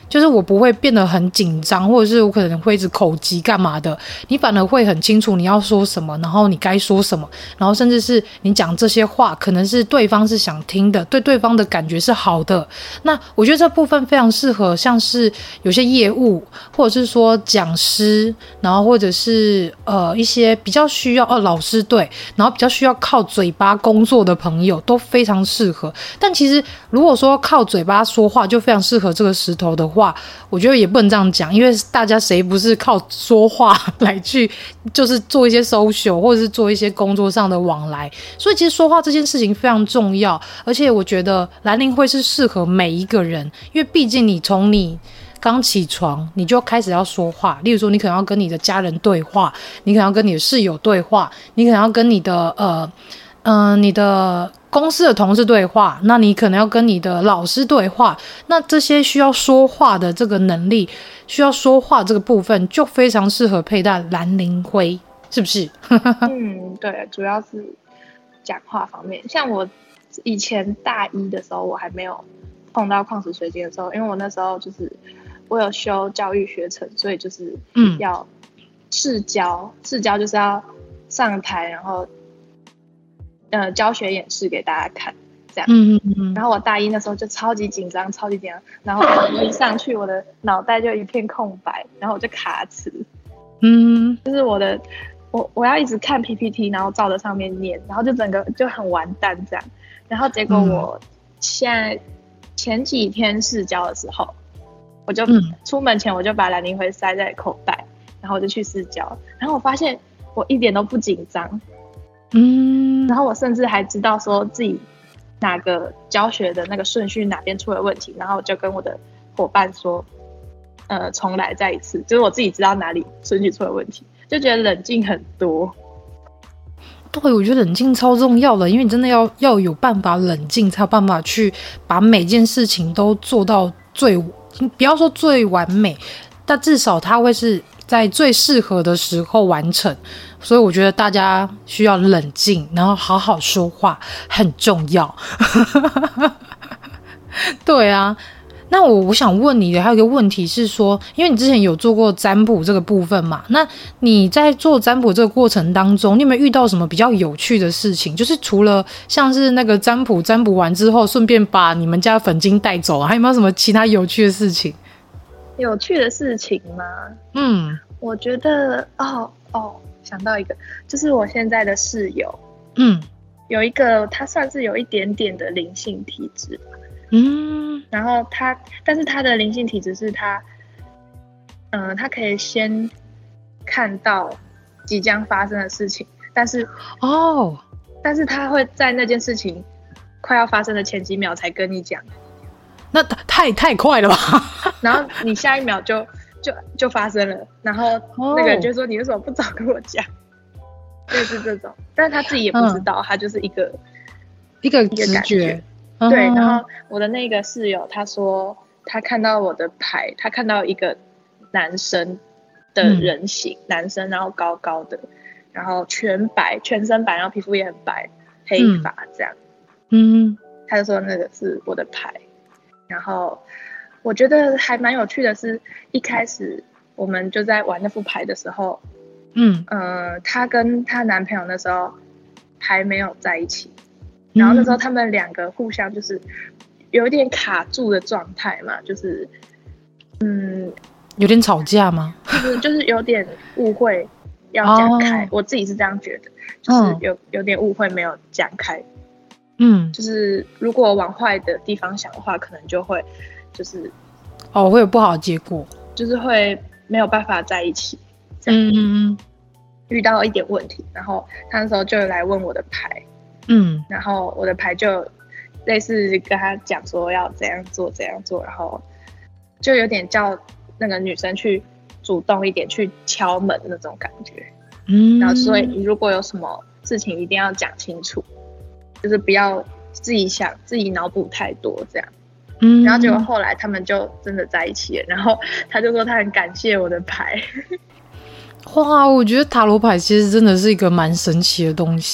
就是我不会变得很紧张，或者是我可能会一直口急干嘛的，你反而会很清楚你要说什么，然后你该说什么，然后甚至是你讲这些话可能是对方是想听的，对对方的感觉是好的。那我觉得这部分非常适合像是有些业务，或者是说讲师，然后或者是一些比较需要老师，对，然后比较需要靠嘴巴工作的朋友都非常适合。但其实如果说靠嘴巴说话就非常适合这个石头的话，我觉得也不能这样讲，因为大家谁不是靠说话来去就是做一些 social 或者是做一些工作上的往来，所以其实说话这件事情非常重要。而且我觉得兰陵会是适合每一个人，因为毕竟你从你刚起床你就开始要说话，例如说你可能要跟你的家人对话，你可能要跟你的室友对话，你可能要跟你的你的公司的同事对话，那你可能要跟你的老师对话，那这些需要说话的这个能力，需要说话这个部分就非常适合佩戴兰陵灰，是不是？ 对，主要是讲话方面。像我以前大一的时候，我还没有碰到矿石水晶的时候，因为我那时候就是我有修教育学程，所以就是要试教，试教就是要上台，然后教学演示给大家看，这样。然后我大一那时候就超级紧张，然后我一上去，我的脑袋就一片空白，然后我就卡词。就是我要一直看 PPT， 然后照着上面念，然后就整个就很完蛋这样。然后结果我现在前几天试教的时候，我就出门前我就把兰陵灰塞在口袋，然后我就去试教，然后我发现我一点都不紧张。然后我甚至还知道说自己哪个教学的那个顺序哪边出了问题，然后我就跟我的伙伴说重来再一次，就是我自己知道哪里顺序出了问题，就觉得冷静很多。 对，我觉得冷静超重要的，因为你真的要有办法冷静，才有办法去把每件事情都做到不要说最完美，但至少它会是在最适合的时候完成。所以我觉得大家需要冷静，然后好好说话很重要。对啊，那我想问你的还有一个问题是说，因为你之前有做过占卜这个部分嘛，那你在做占卜这个过程当中，你有没有遇到什么比较有趣的事情？就是除了像是那个占卜完之后顺便把你们家粉晶带走，还有没有什么其他有趣的事情？ 有趣的事情吗？我觉得想到一个，就是我现在的室友，有一个他算是有一点点的灵性体质吧，然后但是他的灵性体质是他可以先看到即将发生的事情，但是他会在那件事情快要发生的前几秒才跟你讲， 那太快了吧？ 然后你下一秒就发生了，然后那个人就说你为什么不早跟我讲，类似这种，但是他自己也不知道，他就是一个直觉。对，然后我的那个室友他说他看到我的牌，他看到一个男生的人形，男生，然后高高的，然后全身白，然后皮肤也很白，黑发这样。他就说那个是我的牌。然后我觉得还蛮有趣的是，一开始我们就在玩那副牌的时候，她跟她男朋友那时候还没有在一起，然后那时候他们两个互相就是有一点卡住的状态嘛，就是有点吵架吗？ 就是有点误会要讲开，我自己是这样觉得，就是有点误会没有讲开。就是如果往坏的地方想的话，可能就会就是会有不好的结果， 就是会没有办法在一起这样。遇到一点问题，然后他那时候就来问我的牌，然后我的牌就类似跟他讲说要怎样做，然后就有点叫那个女生去主动一点去敲门那种感觉。然后所以你如果有什么事情一定要讲清楚，就是不要自己想自己脑补太多这样。然后结果后来他们就真的在一起了，然后他就说他很感谢我的牌。 哇，我觉得塔罗牌其实真的是一个蛮神奇的东西，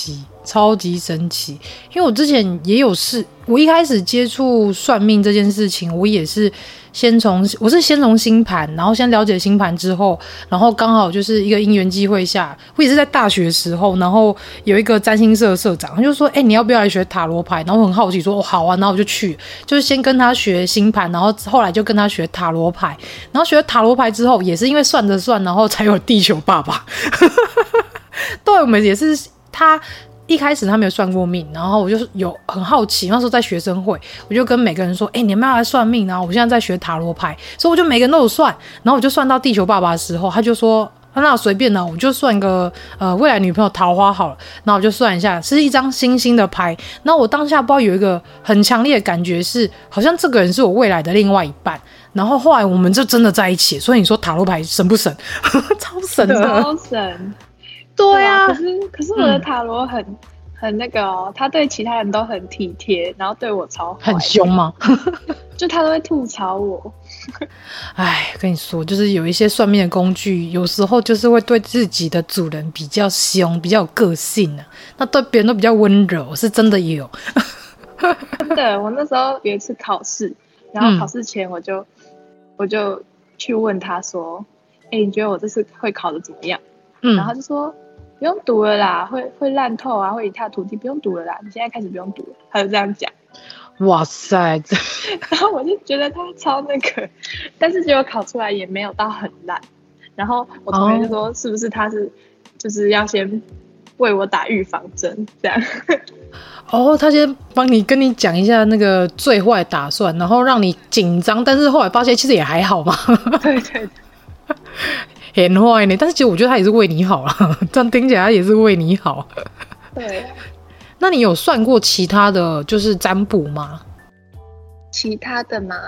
超级神奇。因为我之前也有我一开始接触算命这件事情，我是先从星盘，然后先了解星盘之后，然后刚好就是一个因缘机会下，我也是在大学的时候，然后有一个占星社的社长，他就说你要不要来学塔罗牌，然后我很好奇说好啊，然后我就去，就是先跟他学星盘，然后后来就跟他学塔罗牌，然后学塔罗牌之后也是因为算着算，然后才有地球爸爸对，我们也是他一开始他没有算过命，然后我就有很好奇，那时候在学生会，我就跟每个人说你们要来算命，然后我现在在学塔罗牌，所以我就每个人都有算，然后我就算到地球爸爸的时候，他就说那随便呢，我就算一个未来女朋友桃花好了，然后我就算一下，是一张星星的牌，然后我当下不知道有一个很强烈的感觉是，好像这个人是我未来的另外一半，然后后来我们就真的在一起，所以你说塔罗牌神不神？超神的， 超神。对啊，可是我的塔罗很那个哦，他对其他人都很体贴，然后对我超坏， 很凶吗？ 就他都会吐槽我。 哎，跟你说，就是有一些算命的工具，有时候就是会对自己的主人比较凶，比较有个性啊。那对别人都比较温柔，是真的也有。 真的，我那时候有一次考试，然后考试前我就去问他说：“你觉得我这次会考得怎么样？”然后他就说：“不用读了啦，会烂透啊，会一塌涂地，不用读了啦，你现在开始不用读了。”他就这样讲。 哇塞！ 然后我就觉得他超那个，但是结果考出来也没有到很烂。然后我同学就说：“是不是他就是要先为我打预防针这样？” 他先跟你讲一下那个最坏打算，然后让你紧张，但是后来发现其实也还好嘛。 对对对，很坏呢。但是其实我觉得他也是为你好啦，这样听起来他也是为你好。 对。 那你有算过其他的就是占卜吗？ 其他的吗？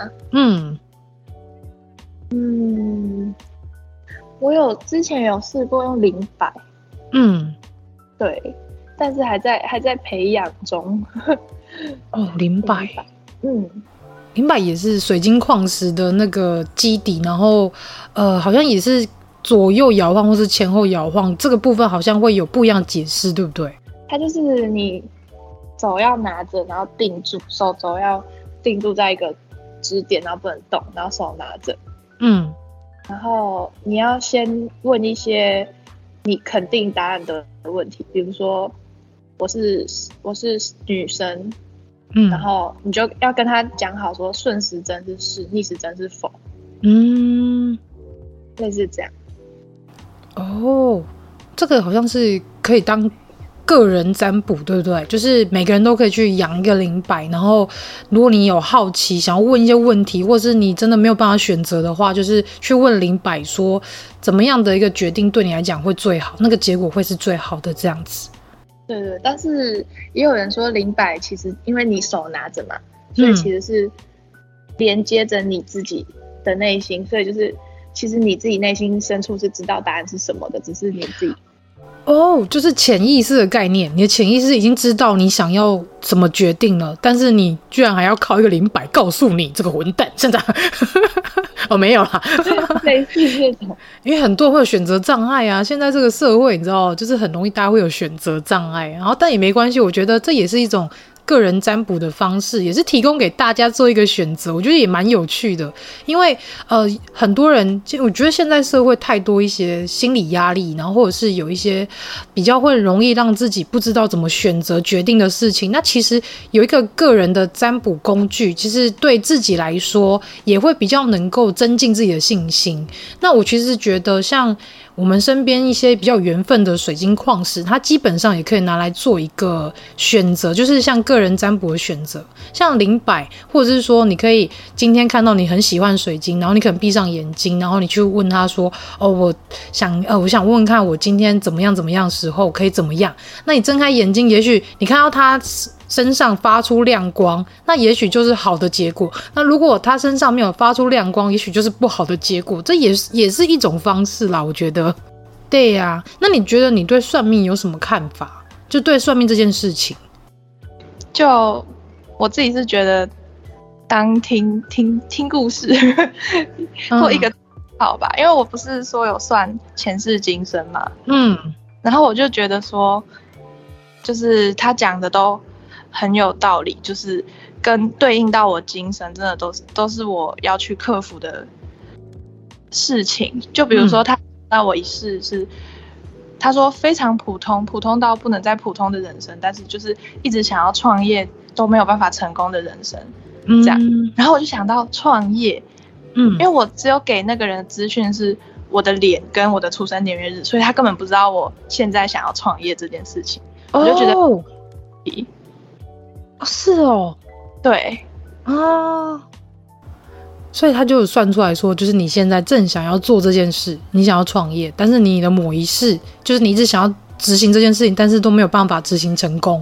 我之前有试过用灵摆。对，但是还在培养中。 灵摆。灵摆也是水晶矿石的那个基底，然后好像也是左右摇晃或是前后摇晃，这个部分好像会有不一样的解释，对不对？ 它就是你手要拿着，然后定住，手肘要定住在一个支点，然后不能动，然后手拿着。然后你要先问一些你肯定答案的问题，比如说我是女生，然后你就要跟他讲好说顺时针是是，逆时针是否。类似这样。 这个好像是可以当个人占卜，对不对？就是每个人都可以去养一个灵摆，然后如果你有好奇想要问一些问题，或是你真的没有办法选择的话，就是去问灵摆说怎么样的一个决定对你来讲会最好，那个结果会是最好的这样子。 对对，但是也有人说灵摆其实因为你手拿着嘛，所以其实是连接着你自己的内心，所以就是其实你自己内心深处是知道答案是什么的，只是你自己就是潜意识的概念，你的潜意识已经知道你想要怎么决定了，但是你居然还要靠一个灵摆告诉你这个混蛋现在没有啦类似这种。 因为很多人会有选择障碍啊，现在这个社会你知道就是很容易大家会有选择障碍，然后但也没关系，我觉得这也是一种个人占卜的方式，也是提供给大家做一个选择，我觉得也蛮有趣的。因为很多人我觉得现在社会太多一些心理压力，然后或者是有一些比较会容易让自己不知道怎么选择决定的事情，那其实有一个个人的占卜工具，其实对自己来说也会比较能够增进自己的信心。那我其实觉得像我们身边一些比较缘分的水晶矿石，它基本上也可以拿来做一个选择，就是像个人占卜的选择，像灵摆，或者是说你可以今天看到你很喜欢水晶，然后你可能闭上眼睛，然后你去问他说我想问问看我今天怎么样的时候可以怎么样，那你睁开眼睛，也许你看到他身上发出亮光，那也许就是好的结果，那如果他身上没有发出亮光，也许就是不好的结果，这也是一种方式啦，我觉得。对呀，那你觉得你对算命有什么看法？就对算命这件事情。 就我自己是觉得当听故事或一个好吧，因为我不是说有算前世今生嘛，然后我就觉得说就是他讲的都很有道理，就是跟对应到我精神，真的都是我要去克服的事情。就比如说他让我一试是，他说非常普通到不能再普通的人生，但是就是一直想要创业都没有办法成功的人生，这样。然后我就想到创业，因为我只有给那个人的资讯是我的脸跟我的出生年月日，所以他根本不知道我现在想要创业这件事情。我就觉得是哦， 对啊，所以他就有算出来说，就是你现在正想要做这件事，你想要创业，但是你的某一世，就是你一直想要执行这件事情，但是都没有办法执行成功。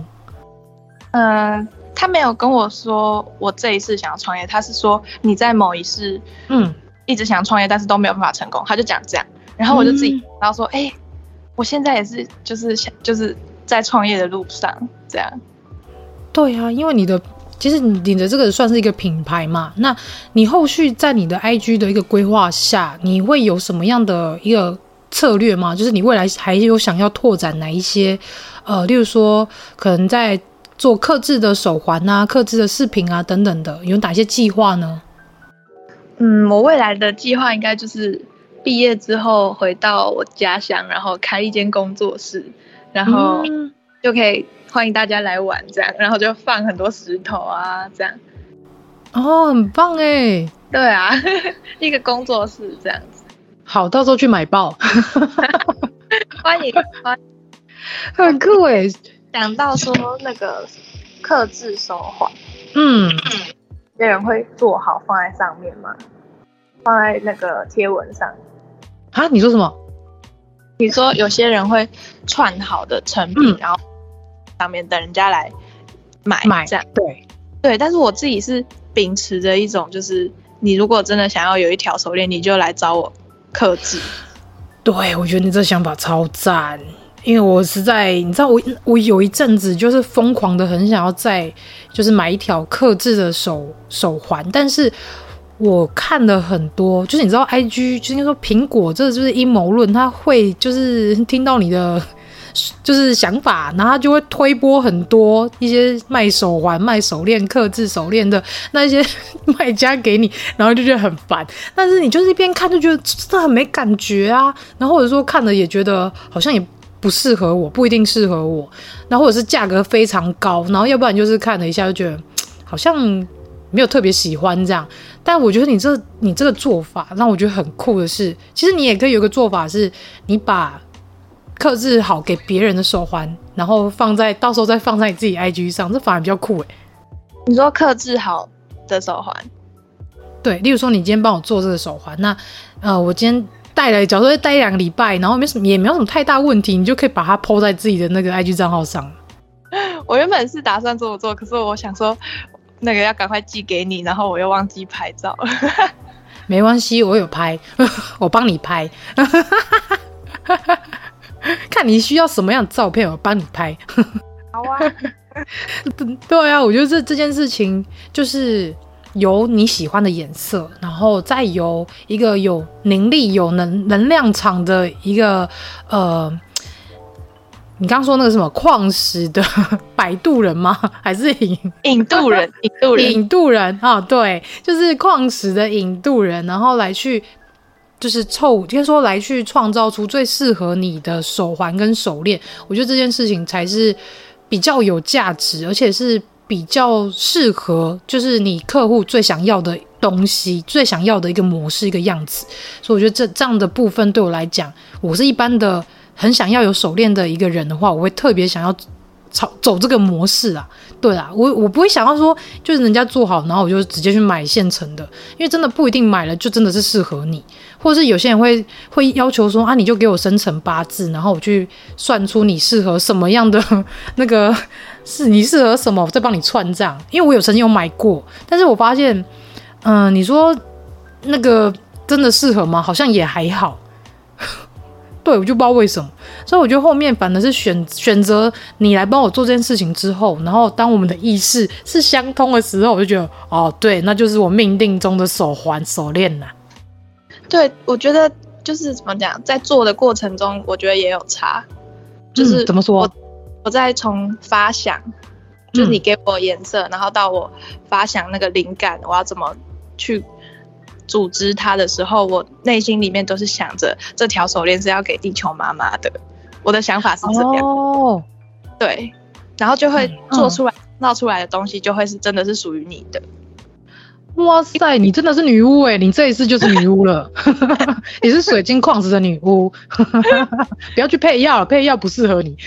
他没有跟我说我这一世想要创业，他是说你在某一世一直想创业，但是都没有办法成功，他就讲这样。然后我就自己然后说，我现在也是就是在创业的路上，这样。 对啊，因为其实你的这个算是一个品牌嘛，那你后续在你的 IG 的一个规划下，你会有什么样的一个策略吗？就是你未来还有想要拓展哪一些例如说可能在做客制的手环啊、客制的饰品啊等等的，有哪些计划呢？ 我未来的计划应该就是毕业之后回到我家乡，然后开一间工作室，然后就可以欢迎大家来玩这样，然后就放很多石头啊这样。 哦，很棒耶。 对啊，一个工作室这样子。 好，到时候去买爆。 欢迎， 很酷耶。 讲到说那个客制手环，有些人会做好放在上面吗？放在那个贴文上。 啊？你说什么？ 你说有些人会串好的成品，然后上面等人家来买这样。对，但是我自己是秉持着一种，就是你如果真的想要有一条手链，你就来找我客制。 对，我觉得你这想法超赞。因为我实在，你知道我有一阵子就是疯狂的很想要就是买一条客制的手环，但是我看了很多，就是你知道 IG 就是应该说苹果这就是阴谋论，他会就是听到你的就是想法，然后他就会推播很多一些卖手环、卖手链、客制手链的那些卖家给你，然后就觉得很烦。但是你就是一边看就觉得真的很没感觉啊，然后或者说看了也觉得好像也不适合我，不一定适合我，然后或者是价格非常高，然后要不然就是看了一下就觉得好像没有特别喜欢这样。但我觉得你这个做法让我觉得很酷的是，其实你也可以有一个做法是，你把客制好给别人的手环，然后到时候再放在你自己 IG 上，这反而比较酷耶。 你说客制好的手环？ 对，例如说你今天帮我做这个手环，那我今天戴了，假如说戴1-2个礼拜，然后也没有什么太大问题，你就可以把它 po 在自己的那个 IG 账号上。 我原本是打算这么做，可是我想说那个要赶快寄给你，然后我又忘记拍照了。 没关系，我有拍，我帮你拍。看你需要什么样的照片，我帮你拍。 好啊。 对啊，我觉得这件事情就是由你喜欢的颜色，然后再由一个有凝力、有能量场的一个你刚刚说那个什么矿石的摆渡人吗？还是引渡人？ 引渡人啊，对，就是矿石的引渡人，然后来去就是应该说来去创造出最适合你的手环跟手链。我觉得这件事情才是比较有价值，而且是比较适合就是你客户最想要的东西，最想要的一个模式一个样子。所以我觉得这样的部分对我来讲，我是一般的很想要有手链的一个人的话，我会特别想要走这个模式啊。对啦，我不会想要说就是人家做好然后我就直接去买现成的，因为真的不一定买了就真的是适合你，或者是有些人会要求说啊，你就给我生辰八字，然后我去算出你适合什么样的那个是你适合什么，我再帮你串这样。因为我曾经有买过，但是我发现你说那个真的适合吗？好像也还好。对，我就不知道为什么，所以我觉得后面反而是选择你来帮我做这件事情之后，然后当我们的意识是相通的时候，我就觉得哦，对，那就是我命定中的手环手链啦。 对，我觉得就是怎么讲，在做的过程中，我觉得也有差。就是怎么说？ 我再从发想，就是你给我颜色，然后到我发想那个灵感，我要怎么去组织它的时候，我内心里面都是想着这条手链是要给地球妈妈的，我的想法是这样。哦，对，然后就会做出来、闹出来的东西就会是真的是属于你的。 哇塞，你真的是女巫欸，你这一次就是女巫了。你是水晶矿石的女巫。不要去配药了，配药不适合你。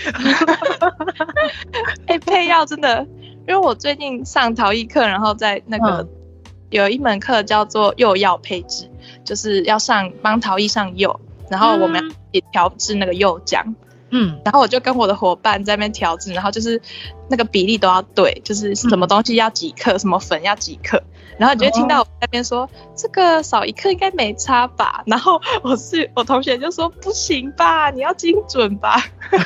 配药真的，因为我最近上陶艺课，然后在那个有一门课叫做釉药配制，就是要帮陶艺上釉，然后我们要一起调制那个釉浆。然后我就跟我的伙伴在那边调制，然后就是那个比例都要对，就是什么东西要几克，什么粉要几克，然后你就会听到我在那边说这个少1克应该没差吧，然后我同学就说不行吧，你要精准吧。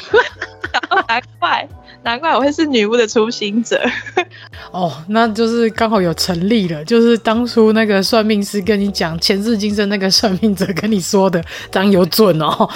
难怪我会是女巫的初心者。 哦，那就是刚好有成立了，就是当初那个算命师跟你讲前世今生那个算命者跟你说的，这样有准哦。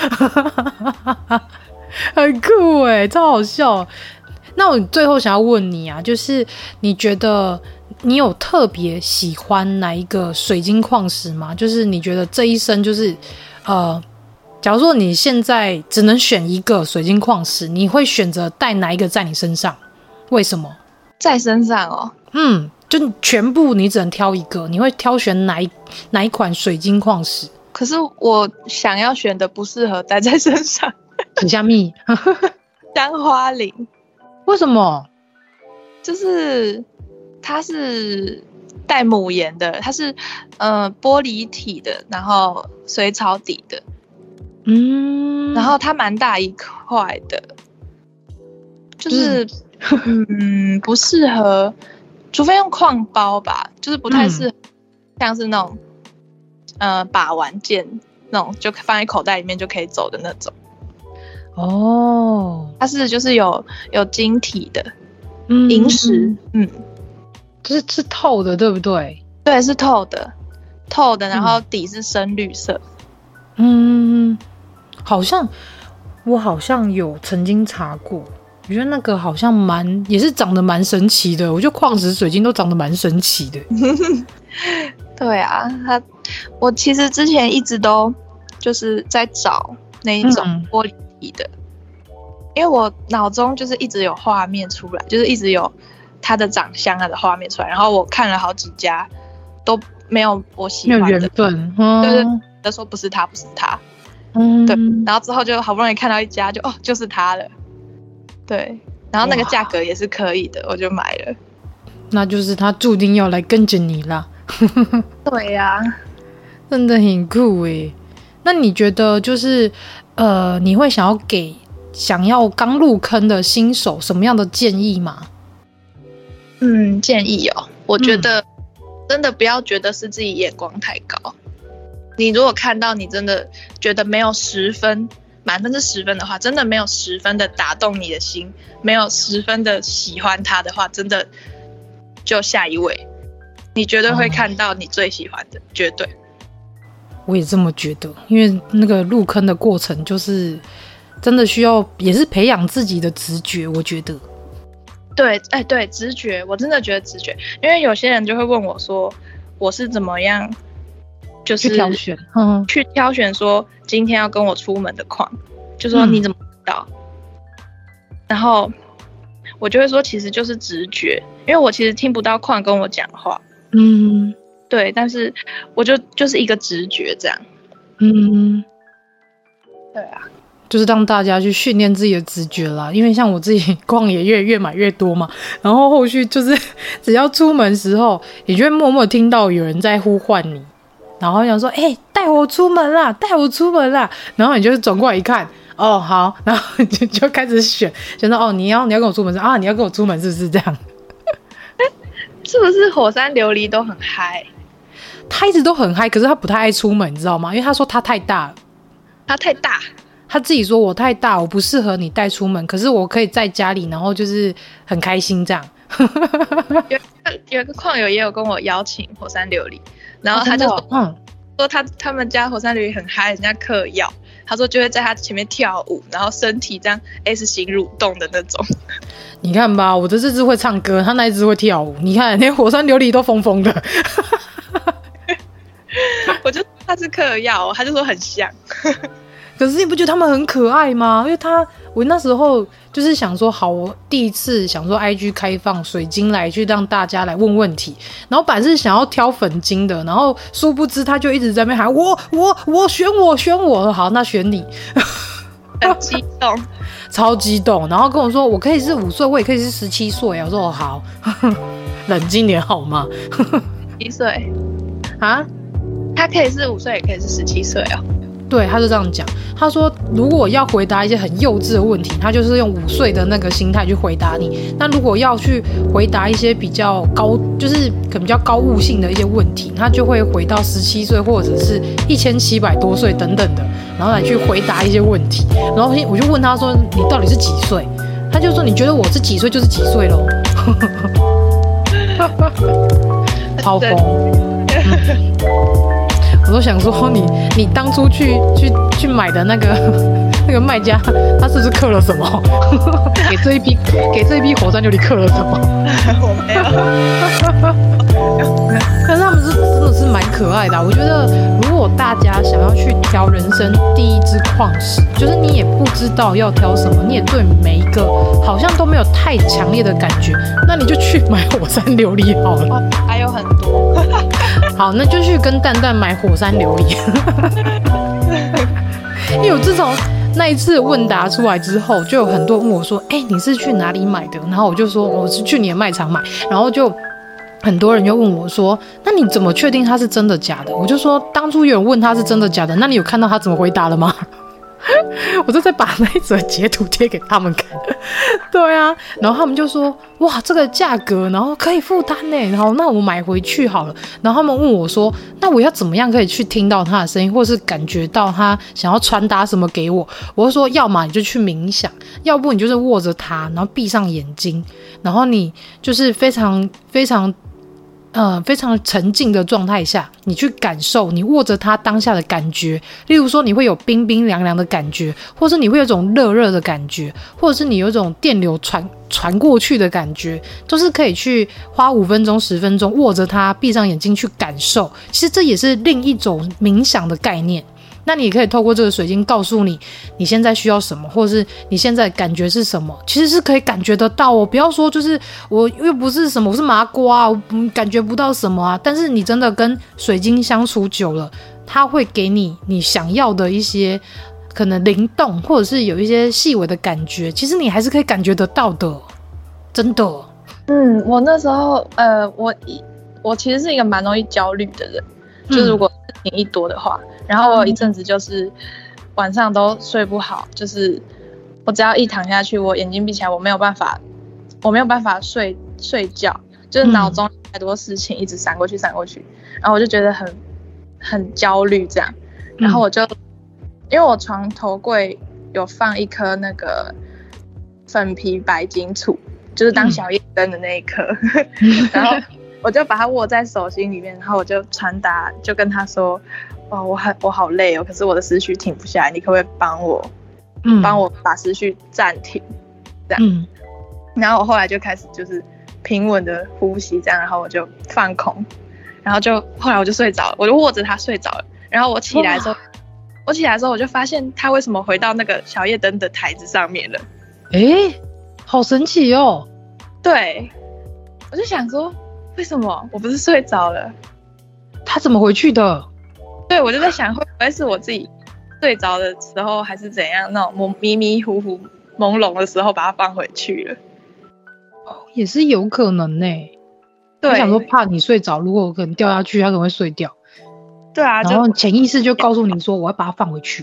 很酷耶，超好笑。那我最后想要问你啊，就是你觉得你有特别喜欢哪一个水晶矿石吗？就是你觉得这一生就是假如说你现在只能选一个水晶矿石，你会选择带哪一个在你身上？为什么？ 在身上哦？ 就全部你只能挑一个，你会挑选哪一款水晶矿石？ 可是我想要选的不适合戴在身上。 很像蜜。 香花灵。 为什么？ 就是它是带母岩的，它是玻璃体的，然后水草底的。然后它蛮大一块的，就是不适合，除非用矿包吧，就是不太适合像是那种把玩件那种，就放在口袋里面就可以走的那种。哦，它是就是有晶体的萤石， 就是透的，对不对？ 对，是透的，然后底是深绿色。 我好像有曾经查过，我觉得那个好像也是长得蛮神奇的。我觉得矿石水晶都长得蛮神奇的。 对啊，我其实之前一直都就是在找那一种玻璃体的，因为我脑中就是一直有画面出来，就是一直有它的长相、它的画面出来，然后我看了好几家都没有我喜欢的， 没有缘分。 对，都说不是它，对，然后之后就好不容易看到一家，就是它了，对，然后那个价格也是可以的，我就买了。 那就是它注定要来跟着你啦。 对呀， 真的很酷耶。那你觉得就是你会想要给想要刚入坑的新手什么样的建议吗？ 建议我觉得真的不要觉得是自己眼光太高。你如果看到你真的觉得没有10分，满分是10分的话，真的没有10分的打动你的心，没有10分的喜欢它的话，真的就下一位，你绝对会看到你最喜欢的，绝对。 我也这么觉得，因为那个入坑的过程就是真的需要，也是培养自己的直觉，我觉得。 对，对，直觉，我真的觉得直觉，因为有些人就会问我说，我是怎么样，就是去挑选说今天要跟我出门的矿，就说你怎么知道？然后我就会说，其实就是直觉，因为我其实听不到矿跟我讲话。对，但是我就是一个直觉这样。对啊， 就是让大家去训练自己的直觉啦。因为像我自己矿也越买越多嘛，然后后续就是只要出门时候，你就会默默听到有人在呼唤你，然后想说带我出门啦，带我出门啦，然后你就转过来一看，哦好，然后你就开始选到你要跟我出门啊，你要跟我出门是不是这样？ 是不是火山琉璃都很嗨？ 他一直都很嗨，可是他不太爱出门，你知道吗？因为他说他太大了。 他太大？ 他自己说我太大，我不适合你带出门，可是我可以在家里，然后就是很开心这样。 有一个矿友也有跟我邀请火山琉璃，然后他就说，他们家火山琉璃很嗨，人家嗑药， 他说就会在他前面跳舞，然后身体这样 S 型蠕动的那种。 你看吧，我的这只会唱歌，他那一只会跳舞，你看连火山琉璃都疯疯的。 我就他是嗑药，他就说很像。 可是你不觉得他们很可爱吗？因为我那时候就是想说，好，我第一次想说 IG 开放水晶来去让大家来问问题，然后本来是想要挑粉晶的，然后殊不知他就一直在那边喊我选我，好，那选你。 很激动， 超激动，然后跟我说我可以是5岁，我也可以是17岁啊。我说哦好，冷静点好吗 ？7岁啊？ 他可以是5岁，也可以是17岁哦。 对，他就这样讲。他说，如果要回答一些很幼稚的问题，他就是用5岁的那个心态去回答你。那如果要去回答一些比较高，就是可能比较高悟性的一些问题，他就会回到17岁或者是1700多岁等等的，然后来去回答一些问题。然后我就问他说：“你到底是几岁？”他就说：“你觉得我是几岁就是几岁咯。”超疯。我都想说你当初去买的那个卖家，他是不是刻了什么？给这一批火山琉璃刻了什么？ 我没有。 但是他们真的是蛮可爱的啊。我觉得如果大家想要去挑人生第一支矿石，就是你也不知道要挑什么，你也对每一个好像都没有太强烈的感觉，那你就去买火山琉璃好了。 还有很多。 好，那就去跟蛋蛋买火山琉璃。因为我自从那一次问答出来之后，就有很多人问我说：“你是去哪里买的？”然后我就说：“我是去你的卖场买。”然后就很多人就问我说：“那你怎么确定它是真的假的？”我就说：“当初有人问他是真的假的，那你有看到他怎么回答了吗？”我就再把那一则截图贴给他们看。对啊，然后他们就说：“哇，这个价格，然后可以负担呢，然后那我买回去好了。”然后他们问我说：“那我要怎么样可以去听到他的声音，或是感觉到他想要传达什么给我？”我就说：“要么你就去冥想，要不你就是握着它，然后闭上眼睛，然后你就是非常非常沉静的状态下，你去感受你握着它当下的感觉。例如说，你会有冰冰凉凉的感觉，或是你会有一种热热的感觉，或者是你有一种电流传过去的感觉，都是可以去花5分钟、10分钟握着它，闭上眼睛去感受。其实这也是另一种冥想的概念。那你也可以透过这个水晶告诉你你现在需要什么，或者是你现在感觉是什么，其实是可以感觉得到哦。不要说就是我又不是什么，我是麻瓜，我感觉不到什么啊。但是你真的跟水晶相处久了，它会给你想要的一些可能灵动，或者是有一些细微的感觉，其实你还是可以感觉得到的，真的。 我那时候我其实是一个蛮容易焦虑的人，就是如果事情一多的话，然后我有一阵子就是晚上都睡不好，就是我只要一躺下去，我眼睛闭起来，我没有办法睡觉，就是脑中太多事情一直闪过去，然后我就觉得很焦虑这样，然后我就因为我床头柜有放一颗那个粉皮白金醋，就是当小夜灯的那一颗，然后我就把它握在手心里面，然后我就传达，就跟他说：“哦，我好累哦，可是我的思绪停不下来，你可不可以帮我把思绪暂停？”这样，然后我后来就开始就是平稳的呼吸，这样，然后我就放空，然后后来我就睡着了，我就握着它睡着了。然后我起来的时候，我就发现它为什么回到那个小夜灯的台子上面了。 好神奇哦！ 对，我就想说，为什么我不是睡着了？ 他怎么回去的？ 对，我就在想，会不会是我自己睡着的时候，还是怎样？那种迷迷糊糊、朦胧的时候，把它放回去了。 也是有可能呢。对，我想说，怕你睡着，如果我可能掉下去，它可能会碎掉。 对啊， 然后潜意识就告诉你说，我要把它放回去。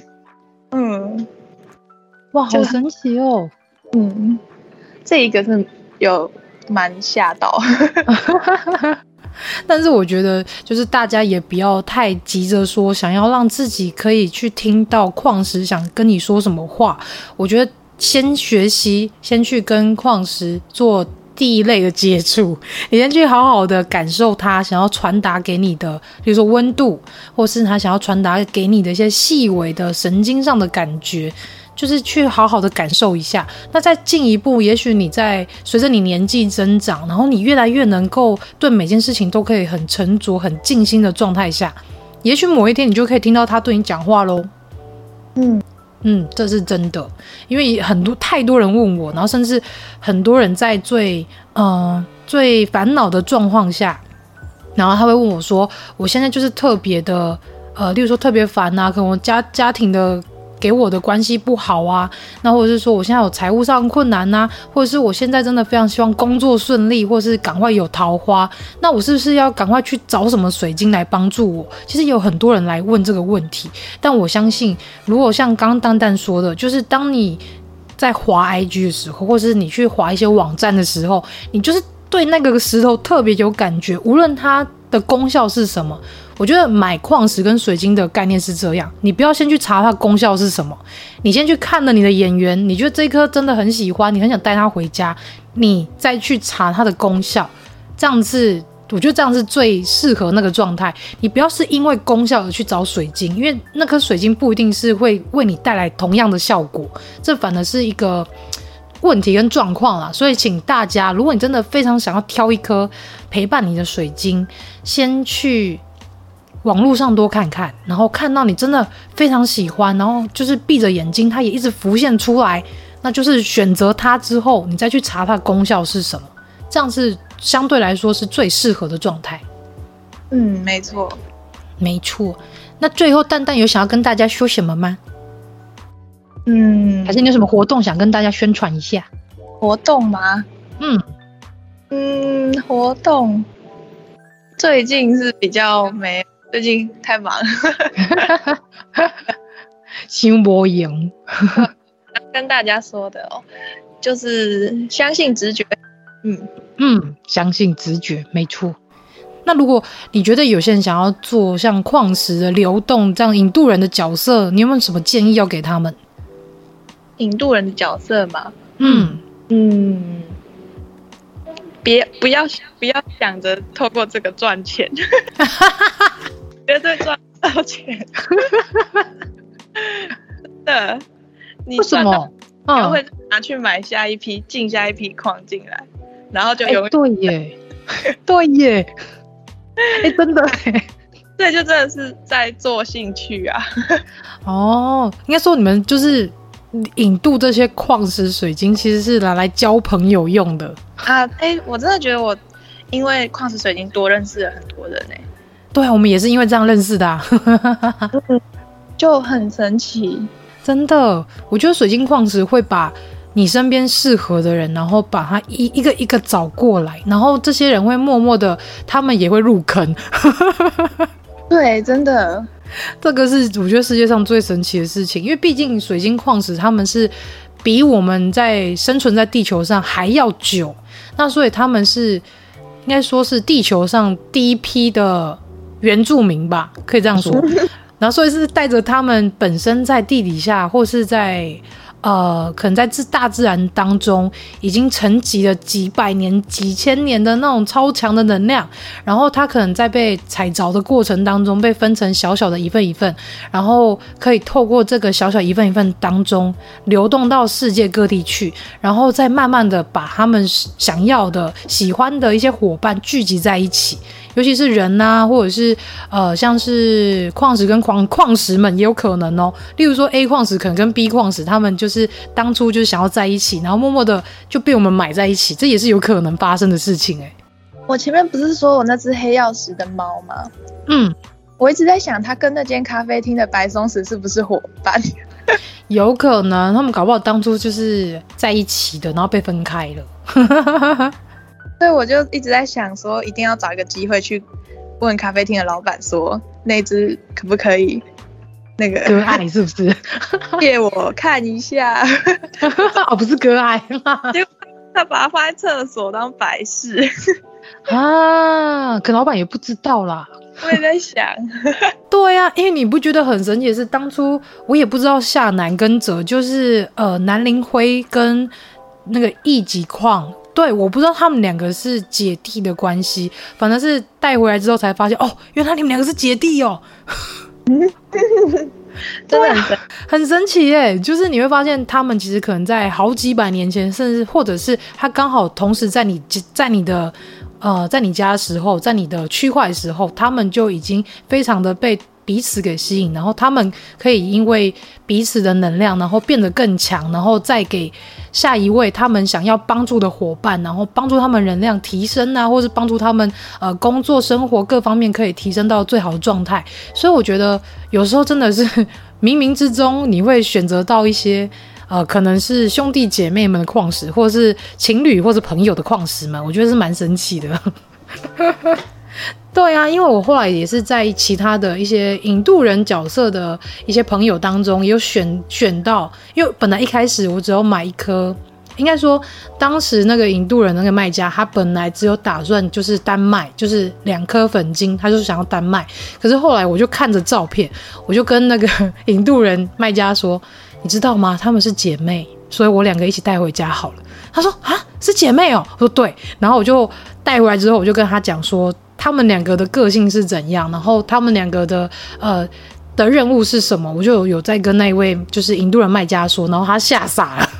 哇，好神奇哦。 这一个是有蛮吓到。 但是我觉得就是大家也不要太急着说想要让自己可以去听到矿石想跟你说什么话。我觉得先学习，先去跟矿石做第一类的接触，你先去好好的感受他想要传达给你的，比如说温度，或是他想要传达给你的一些细微的神经上的感觉，就是去好好的感受一下。那再进一步，也许你在随着你年纪增长，然后你越来越能够对每件事情都可以很沉着、很静心的状态下，也许某一天你就可以听到他对你讲话咯。这是真的，因为太多人问我，然后甚至很多人在最烦恼的状况下，然后他会问我说，我现在就是特别的例如说特别烦啊，可能我家庭的给我的关系不好啊，那或者是说我现在有财务上困难啊，或者是我现在真的非常希望工作顺利，或者是赶快有桃花，那我是不是要赶快去找什么水晶来帮助我？其实有很多人来问这个问题，但我相信如果像刚刚蛋蛋说的，就是当你在滑 IG 的时候，或是你去滑一些网站的时候，你就是对那个石头特别有感觉，无论它的功效是什么。我觉得买矿石跟水晶的概念是这样，你不要先去查它的功效是什么，你先去看了你的眼缘，你觉得这一颗真的很喜欢，你很想带它回家，你再去查它的功效，这样子我觉得这样是最适合那个状态。你不要是因为功效而去找水晶，因为那颗水晶不一定是会为你带来同样的效果，这反而是一个问题跟状况啦。所以请大家，如果你真的非常想要挑一颗陪伴你的水晶，先去网络上多看看，然后看到你真的非常喜欢，然后就是闭着眼睛它也一直浮现出来，那就是选择它之后你再去查它的功效是什么，这样是相对来说是最适合的状态。 没错。 那最后蛋蛋有想要跟大家说什么吗？还是你有什么活动想跟大家宣传一下？ 活动吗？活动最近是比较没有，最近太忙了。 心无用。 跟大家说的就是相信直觉。 相信直觉，没错。那如果你觉得有些人想要做像矿石的流动这样引渡人的角色，你有没有什么建议要给他们？ 引渡人的角色嘛，不要想着透过这个赚钱，绝对赚不到钱。真的，你赚到就会拿去买进下一批矿进来，然后就永远对耶，真的对，就真的是在做兴趣啊。 应该说你们就是引渡这些矿石水晶，其实是拿来交朋友用的啊。我真的觉得我因为矿石水晶多认识了很多人对啊，我们也是因为这样认识的啊。 就很神奇。 真的，我觉得水晶矿石会把你身边适合的人，然后把他一个一个找过来，然后这些人会默默的，他们也会入坑。 对，真的， 这个是我觉得世界上最神奇的事情，因为毕竟水晶矿石他们是比我们在生存在地球上还要久，那所以他们是应该说是地球上第一批的原住民吧，可以这样说。然后所以是带着他们本身在地底下，或是在可能在大自然当中已经沉积了几百年、几千年的那种超强的能量，然后它可能在被采着的过程当中被分成小小的一份一份，然后可以透过这个小小一份一份当中流动到世界各地去，然后再慢慢的把他们想要的、喜欢的一些伙伴聚集在一起。尤其是人啊，或者是像是矿石跟矿石们也有可能例如说 A 矿石可能跟 B 矿石，他们就是当初就是想要在一起，然后默默的就被我们买在一起，这也是有可能发生的事情我前面不是说我那只黑曜石的猫吗？我一直在想，它跟那间咖啡厅的白松石是不是伙伴？ 有可能，他们搞不好当初就是在一起的，然后被分开了。 所以我就一直在想说，一定要找一个机会去问咖啡厅的老板说，那只可不可以那个割爱，是不是？ 借我看一下。 不是割爱。 结果他把它放在厕所当摆饰。 可老板也不知道啦。 我也在想。 对啊，因为你不觉得很神奇的是，当初我也不知道夏南跟哲就是南灵灰跟那个一级矿对，我不知道他们两个是姐弟的关系，反正是带回来之后才发现，哦，原来你们两个是姐弟哦。 真的很神奇耶！就是你会发现，他们其实可能在好几百年前，甚至或者是他刚好同时在你家的时候，在你的区块的时候，他们就已经非常的被彼此给吸引，然后他们可以因为彼此的能量，然后变得更强，然后再给下一位他们想要帮助的伙伴，然后帮助他们能量提升啊，或是帮助他们工作生活各方面可以提升到最好的状态。所以我觉得有时候真的是冥冥之中你会选择到一些可能是兄弟姐妹们的矿石，或是情侣或是朋友的矿石们，我觉得是蛮神奇的。对啊，因为我后来也是在其他的一些引渡人角色的一些朋友当中，也有选到，因为本来一开始我只有买一颗，应该说当时那个引渡人那个卖家，他本来只有打算就是单卖，就是2颗粉晶，他就是想要单卖。可是后来我就看着照片，我就跟那个引渡人卖家说，你知道吗？他们是姐妹，所以我2个一起带回家好了。他说啊，是姐妹哦。我说对，然后我就带回来之后，我就跟他讲说，他们2个的个性是怎样，然后他们2个的任务是什么，我就有在跟那一位就是引渡人卖家说，然后他吓傻了。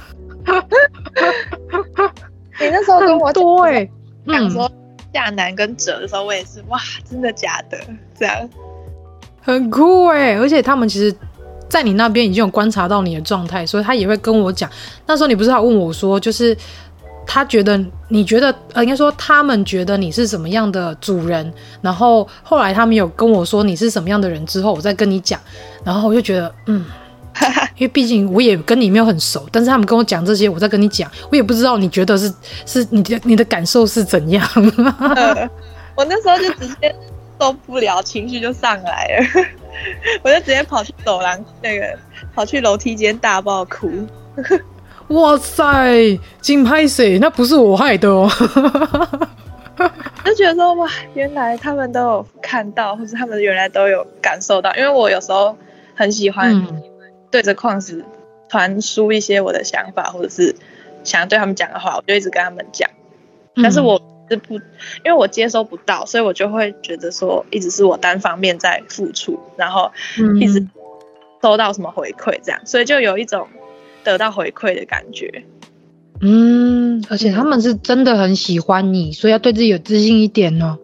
你那时候跟我讲说夏楠跟哲的时候，我也是哇，真的假的？这样很酷耶，而且他们其实在你那边已经有观察到你的状态，所以他也会跟我讲。那时候你不是还问我说，就是你觉得应该说他们觉得你是什么样的主人，然后后来他们有跟我说你是什么样的人之后，我再跟你讲，然后我就觉得因为毕竟我也跟你没有很熟，但是他们跟我讲这些，我再跟你讲，我也不知道你觉得是你的感受是怎样。 我那时候就直接受不了，情绪就上来了，我就直接跑去走廊跑去楼梯间大爆哭。 哇塞，真拍谁？那不是我害的哦。 就觉得说哇，原来他们都有看到，或者他们原来都有感受到，因为我有时候很喜欢对着矿石传输一些我的想法，或者是想要对他们讲的话，我就一直跟他们讲。但是我是不，因为我接收不到，所以我就会觉得说，一直是我单方面在付出，然后一直收到什么回馈这样，所以就有一种得到回馈的感觉。 而且他们是真的很喜欢你，所以要对自己有自信一点哦。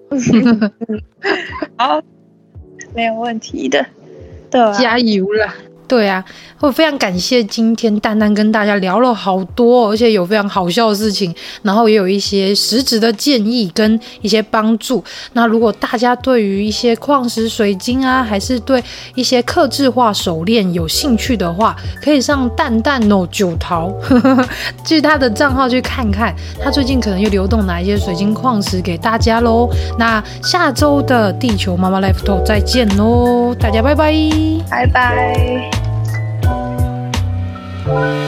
好，没有问题的，对啊， 加油啦！对啊，我非常感谢今天蛋蛋跟大家聊了好多，而且有非常好笑的事情，然后也有一些实质的建议跟一些帮助。那如果大家对于一些矿石水晶啊，还是对一些客制化手链有兴趣的话，可以上蛋蛋哦九桃去他的账号去看看，他最近可能又流动哪一些水晶矿石给大家咯。那下周的地球妈妈 Life Talk 再见咯，大家拜拜， 拜拜。